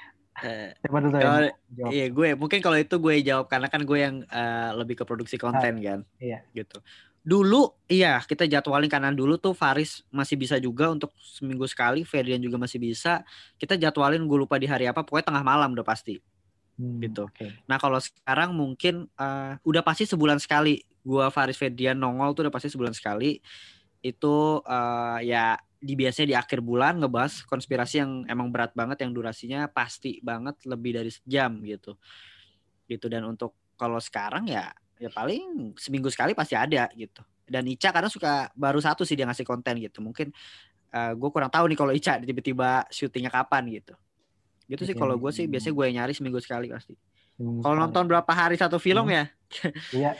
iya, mungkin kalau itu gue jawab karena kan gue yang lebih ke produksi konten kan. Iya. Gitu. Dulu iya kita jadwalin, karena dulu tuh Faris masih bisa juga untuk seminggu sekali, Ferdian juga masih bisa. Kita jadwalin, gue lupa di hari apa, pokoknya tengah malam udah pasti. Gitu. Okay. Nah, kalau sekarang mungkin udah pasti sebulan sekali. Gua Faris Ferdian nongol tuh udah pasti sebulan sekali. Itu ya biasanya di akhir bulan ngebahas konspirasi yang emang berat banget, yang durasinya pasti banget lebih dari sejam gitu. Gitu. Dan untuk kalau sekarang ya paling seminggu sekali pasti ada gitu. Dan Ica karena suka baru satu sih dia ngasih konten gitu. Mungkin gue kurang tahu nih kalau Ica tiba-tiba syutingnya kapan gitu. Gitu sih kalau gue sih biasanya gue nyari seminggu sekali pasti. Kalau nonton berapa hari satu film ya? Iya.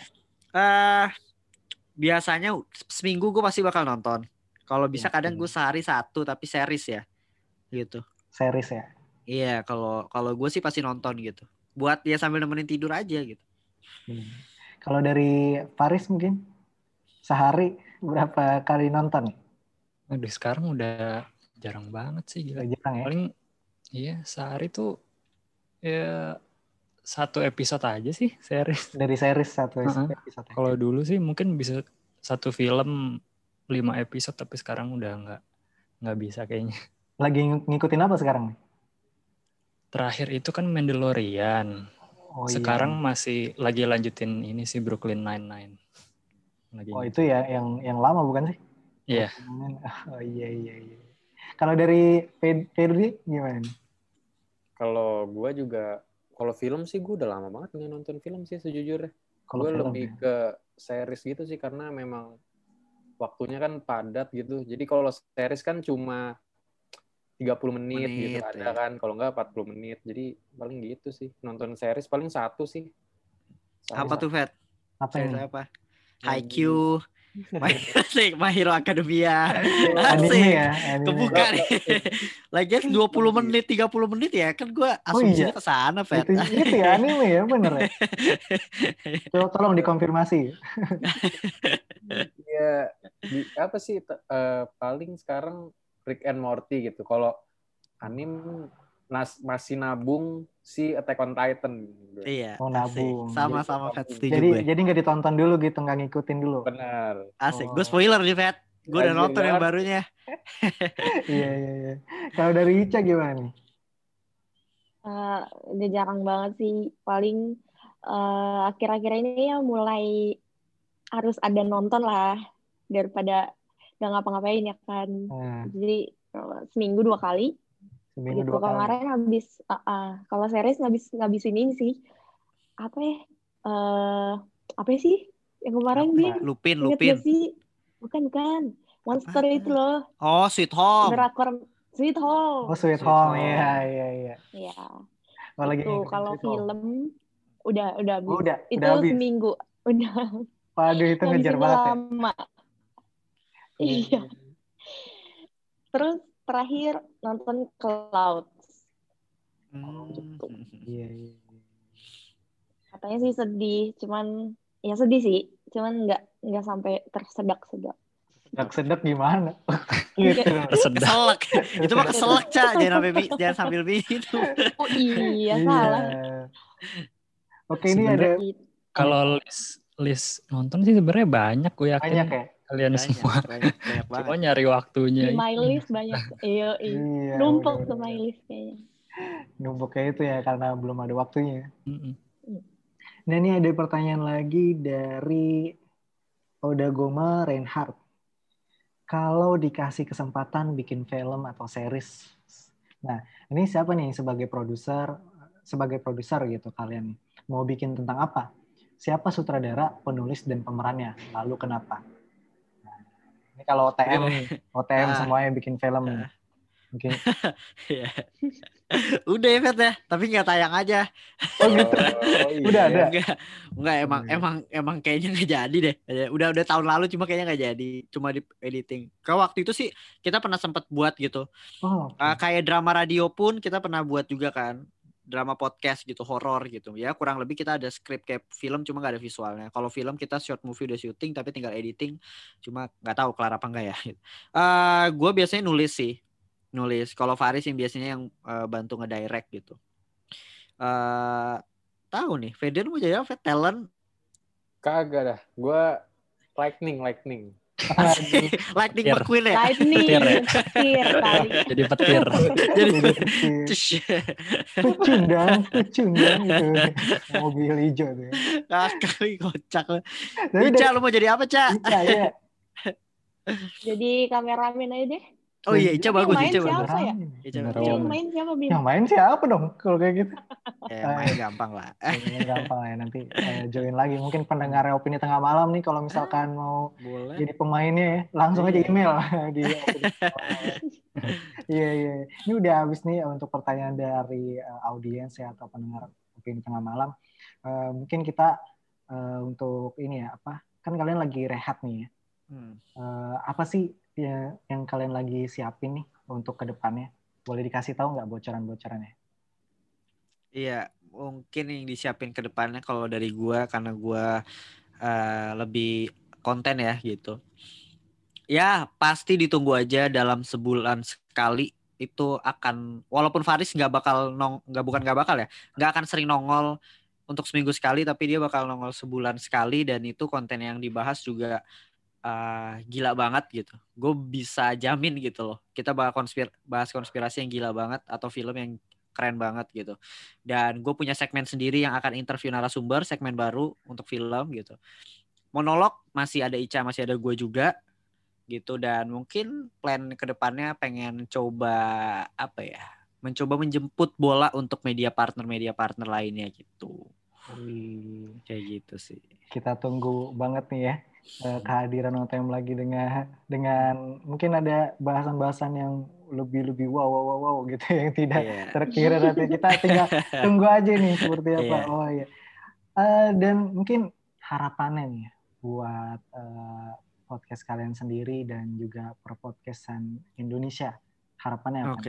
Biasanya seminggu gue pasti bakal nonton. Kalau bisa kadang gue sehari satu tapi series ya. Gitu. Series ya. Iya, kalau gue sih pasti nonton gitu. Buat ya sambil nemenin tidur aja gitu. Kalau dari Faris mungkin sehari berapa kali nonton? Aduh, sekarang udah jarang banget sih gila. Jarang ya? Paling iya sehari tuh ya 1 episode aja sih series. Dari series 1 episode. Kalau dulu sih mungkin bisa 1 film 5 episode, tapi sekarang udah nggak bisa kayaknya. Lagi ngikutin apa sekarang? Terakhir itu kan Mandalorian. Sekarang masih lagi lanjutin ini sih Brooklyn Nine-Nine. Itu ya yang lama bukan sih? Iya. Oh iya. Kalau dari Ferdi gimana? Kalau gue juga, kalau film sih gue udah lama banget nggak nonton film sih sejujurnya. Gue lebih ke series gitu sih, karena memang waktunya kan padat gitu. Jadi kalau series kan cuma 30 menit gitu ada kan, kalau enggak 40 menit. Jadi paling gitu sih. Nonton series paling satu sih. Apa tuh, Fet? Apa ini? Apa? Haikyuu, My Hero Academia. Anime Asik. ya, Kebuka nih. Lagian 20 menit, 30 menit ya. Kan gue asumsinya ke sana, Fet. Itu ya anime ya, bener ya. Coba tolong dikonfirmasi. Iya, apa sih paling sekarang Rick and Morty gitu. Kalau anime masih nabung si Attack on Titan. Iya. Oh, nabung. Sama Fet, setuju gue. Jadi nggak ditonton dulu gitu, nggak ngikutin dulu. Benar. Asik. Gue spoiler nih, Fet. Gue udah nonton yang barunya. Iya. Kalau dari Ica gimana nih? Udah jarang banget sih. Paling akhir-akhir ini ya mulai harus ada nonton lah daripada nggak ngapa-ngapain ya kan. Jadi seminggu 2 kali. Gitu kemarin habis kalau series ngabisin ini sih. Apa sih yang kemarin dia? Lupin. Sih? Bukan. Monster apa? Itu loh. Oh, Sweet Home. Drakor Sweet Home. Oh, Sweet Home. Iya. Iya. Kalau film udah habis. Udah habis. Seminggu. Udah. Waduh, itu ngejar banget lama. Ya. Iya. Terus terakhir nonton Clouds. Gitu. Iya. Katanya sih sedih, cuman ya sedih sih, cuman nggak sampai tersedak-sedak. Sedek gimana? Gitu. Keselak. Itu mah keselak, Ca. Jangan sambil minum. Oh iya, salah. Oke, ini ada kalau list nonton sih sebenarnya banyak, gue yakin. Banyak ya? Kalian semua. Cuma nyari waktunya. Di my list banyak. Iya. Numpuk ke my list kayaknya. Numpuk kayak itu ya karena belum ada waktunya. Nah, ini ada pertanyaan lagi dari Odagoma Reinhardt. Kalau dikasih kesempatan bikin film atau series, nah ini siapa nih sebagai produser gitu kalian nih? Mau bikin tentang apa? Siapa sutradara, penulis dan pemerannya? Lalu kenapa? Nah, ini kalau OTM semuanya bikin film nih. Mungkin. Udah ya, Fet ya, tapi nggak tayang aja. Oh gitu. Udah ada. Enggak, emang kayaknya nggak jadi deh. Udah tahun lalu cuma kayaknya nggak jadi, cuma di editing. Kalau waktu itu sih kita pernah sempat buat gitu. Kayak drama radio pun kita pernah buat juga kan. Drama podcast gitu, horor gitu. Ya kurang lebih kita ada skrip kayak film, cuma nggak ada visualnya. Kalau film kita short movie udah syuting tapi tinggal editing. Cuma nggak tahu kelar apa enggak ya. Gue biasanya nulis. Kalau Faris yang biasanya yang bantu ngedirect gitu. Tahu nih, Feden mau jadi apa? Talent? Kagak dah. Gue lightning. Lightning McQueen ya? Lightning. Petir kali. Jadi petir. Pucung dong gitu. Mobil hijau tuh. Kali kocak. Ica, lu mau jadi apa, Ca? Ica, ya. Jadi kameramen aja deh. Oh iya, Ica bagus. Ica bagus. Yang main siapa, Bim? Yang main siapa dong kalau kayak gitu? Main gampang lah. Gampang ya, nanti join lagi. Mungkin pendengar Opini Tengah Malam nih kalau misalkan mau jadi pemainnya ya, langsung aja email di Iya. Ini udah habis nih untuk pertanyaan dari audiens ya atau pendengar Opini Tengah Malam. Mungkin kita untuk ini ya, kan kalian lagi rehat nih ya. Apa sih yang kalian lagi siapin nih untuk kedepannya? Boleh dikasih tahu nggak bocoran-bocorannya? Iya, mungkin yang disiapin kedepannya kalau dari gue, karena gue lebih konten ya gitu. Ya pasti ditunggu aja dalam sebulan sekali itu akan, walaupun Faris nggak akan sering nongol untuk seminggu sekali, tapi dia bakal nongol sebulan sekali, dan itu konten yang dibahas juga gila banget gitu. Gue bisa jamin gitu loh. Kita bahas konspirasi yang gila banget atau film yang keren banget gitu. Dan gue punya segmen sendiri yang akan interview narasumber, segmen baru untuk film gitu. Monolog masih ada Ica, masih ada gue juga gitu. Dan mungkin plan kedepannya pengen mencoba menjemput bola untuk media partner lainnya gitu. Kayak gitu sih. Kita tunggu banget nih ya. kehadiran OTM lagi dengan mungkin ada bahasan-bahasan yang lebih wow gitu yang tidak terkira nanti. Kita tinggal tunggu aja nih seperti apa. Oh iya. Dan mungkin harapannya nih buat podcast kalian sendiri dan juga perpodcastan Indonesia. Harapannya apa? Oke.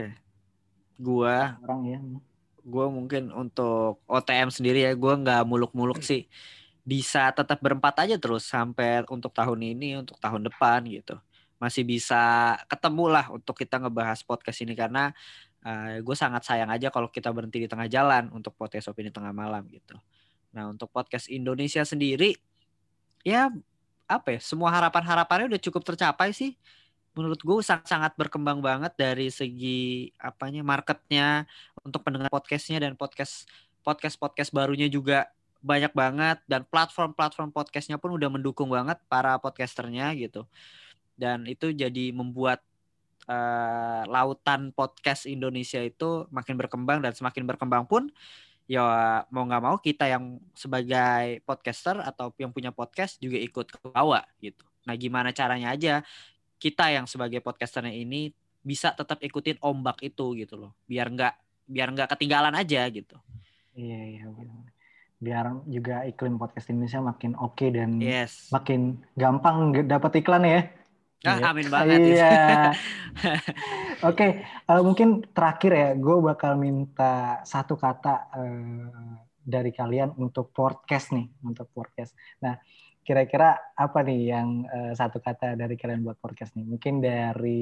Gua mungkin untuk OTM sendiri ya, gua nggak muluk-muluk sih. Bisa tetap berempat aja terus sampai untuk tahun ini, untuk tahun depan gitu. Masih bisa ketemu lah untuk kita ngebahas podcast ini karena gue sangat sayang aja kalau kita berhenti di tengah jalan untuk podcast Opini Tengah Malam gitu. Nah untuk podcast Indonesia sendiri ya apa ya, semua harapan-harapannya udah cukup tercapai sih. Menurut gue sangat berkembang banget dari segi marketnya untuk pendengar podcastnya, dan podcast barunya juga banyak banget, dan platform podcastnya pun udah mendukung banget para podcasternya gitu. Dan itu jadi membuat lautan podcast Indonesia itu makin berkembang, dan semakin berkembang pun ya mau nggak mau kita yang sebagai podcaster atau yang punya podcast juga ikut ke bawah gitu. Nah gimana caranya aja kita yang sebagai podcasternya ini bisa tetap ikutin ombak itu gitu loh, biar nggak ketinggalan aja gitu. Iya biar juga iklim podcast Indonesia makin oke dan makin gampang dapat iklan ya. Amin banget. Iya. Oke, mungkin terakhir ya, gue bakal minta satu kata dari kalian untuk podcast nih, Nah, kira-kira apa nih yang satu kata dari kalian buat podcast nih? Mungkin dari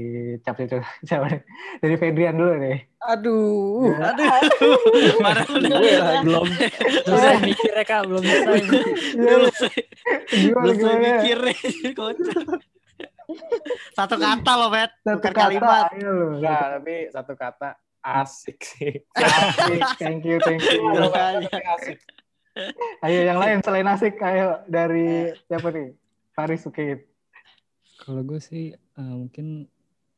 dari Fedrian dulu deh. Aduh. Mana belum selesai mikirnya Kak, belum selesai. Belum selesai mikirnya. Satu kata loh, Bet. Bukan kalimat. Nah, tapi satu kata asik sih. Asik, thank you. Asik. Ayo yang lain selain asik, ayo dari siapa nih? Faris Sukit. Kalau gue sih mungkin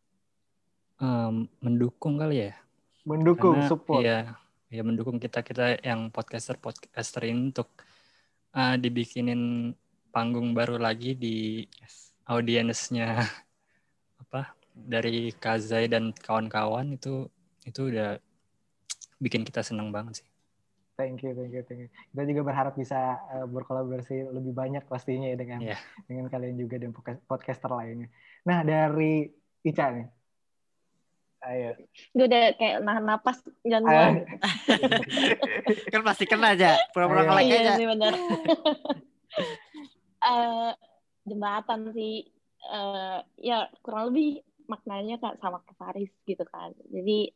mendukung kali ya. Mendukung, karena, support. Iya, mendukung kita yang podcaster ini untuk dibikinin panggung baru lagi di audiensnya dari Kazai dan kawan-kawan itu udah bikin kita senang banget sih. Thank you. Kita juga berharap bisa berkolaborasi lebih banyak pastinya ya dengan kalian juga dan podcaster lainnya. Nah dari Ica nih. Ayo. Gue udah kayak nahan napas jangan kan pasti kena aja. Pura-pura nge-like aja. Iya benar. Jembatan sih. Ya kurang lebih maknanya Kak sama Kak Faris gitu kan. Jadi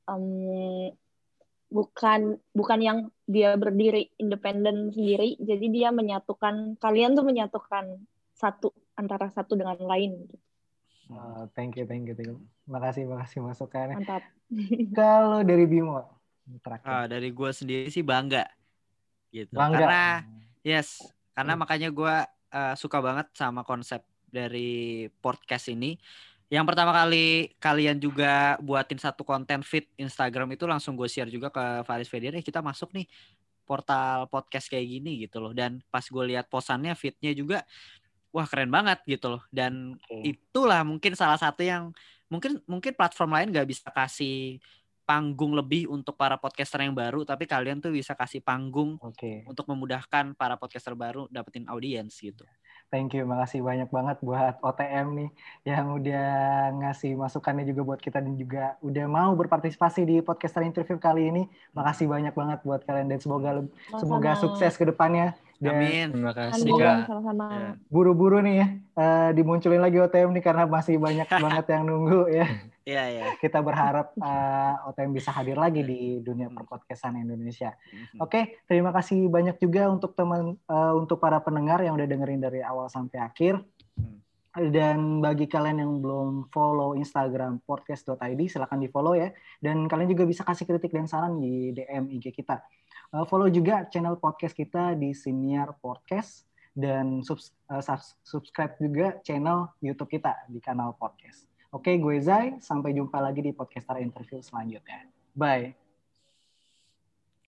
bukan yang dia berdiri independen sendiri, jadi dia kalian tuh menyatukan antara satu dengan lain gitu. Thank you. Makasih masukannya. Mantap. Kalau dari Bimo terakhir. Dari gue sendiri sih bangga gitu. Bangga. Karena makanya gue suka banget sama konsep dari podcast ini. Yang pertama kali kalian juga buatin satu konten feed Instagram itu langsung gue share juga ke Faris Fedian, kita masuk nih portal podcast kayak gini gitu loh. Dan pas gue lihat posannya, feednya juga wah keren banget gitu loh. Dan itulah mungkin salah satu yang mungkin platform lain gak bisa kasih panggung lebih untuk para podcaster yang baru, tapi kalian tuh bisa kasih panggung untuk memudahkan para podcaster baru dapetin audiens gitu. Thank you, makasih banyak banget buat OTM nih yang udah ngasih masukannya juga buat kita dan juga udah mau berpartisipasi di podcaster interview kali ini. Makasih banyak banget buat kalian dan semoga sukses ke depannya. Amin. Terima kasih Kak. Sama-sama. Buru-buru nih ya dimunculin lagi OTM nih karena masih banyak banget yang nunggu ya. Iya. Kita berharap OTM bisa hadir lagi di dunia perpodcastan Indonesia. Oke, terima kasih banyak juga untuk untuk para pendengar yang udah dengerin dari awal sampai akhir. Dan bagi kalian yang belum follow Instagram podcast.id, silakan di-follow ya. Dan kalian juga bisa kasih kritik dan saran di DM IG kita. Follow juga channel podcast kita di Siniar Podcast dan subscribe juga channel YouTube kita di kanal podcast. Oke, gue Zai. Sampai jumpa lagi di podcaster interview selanjutnya. Bye.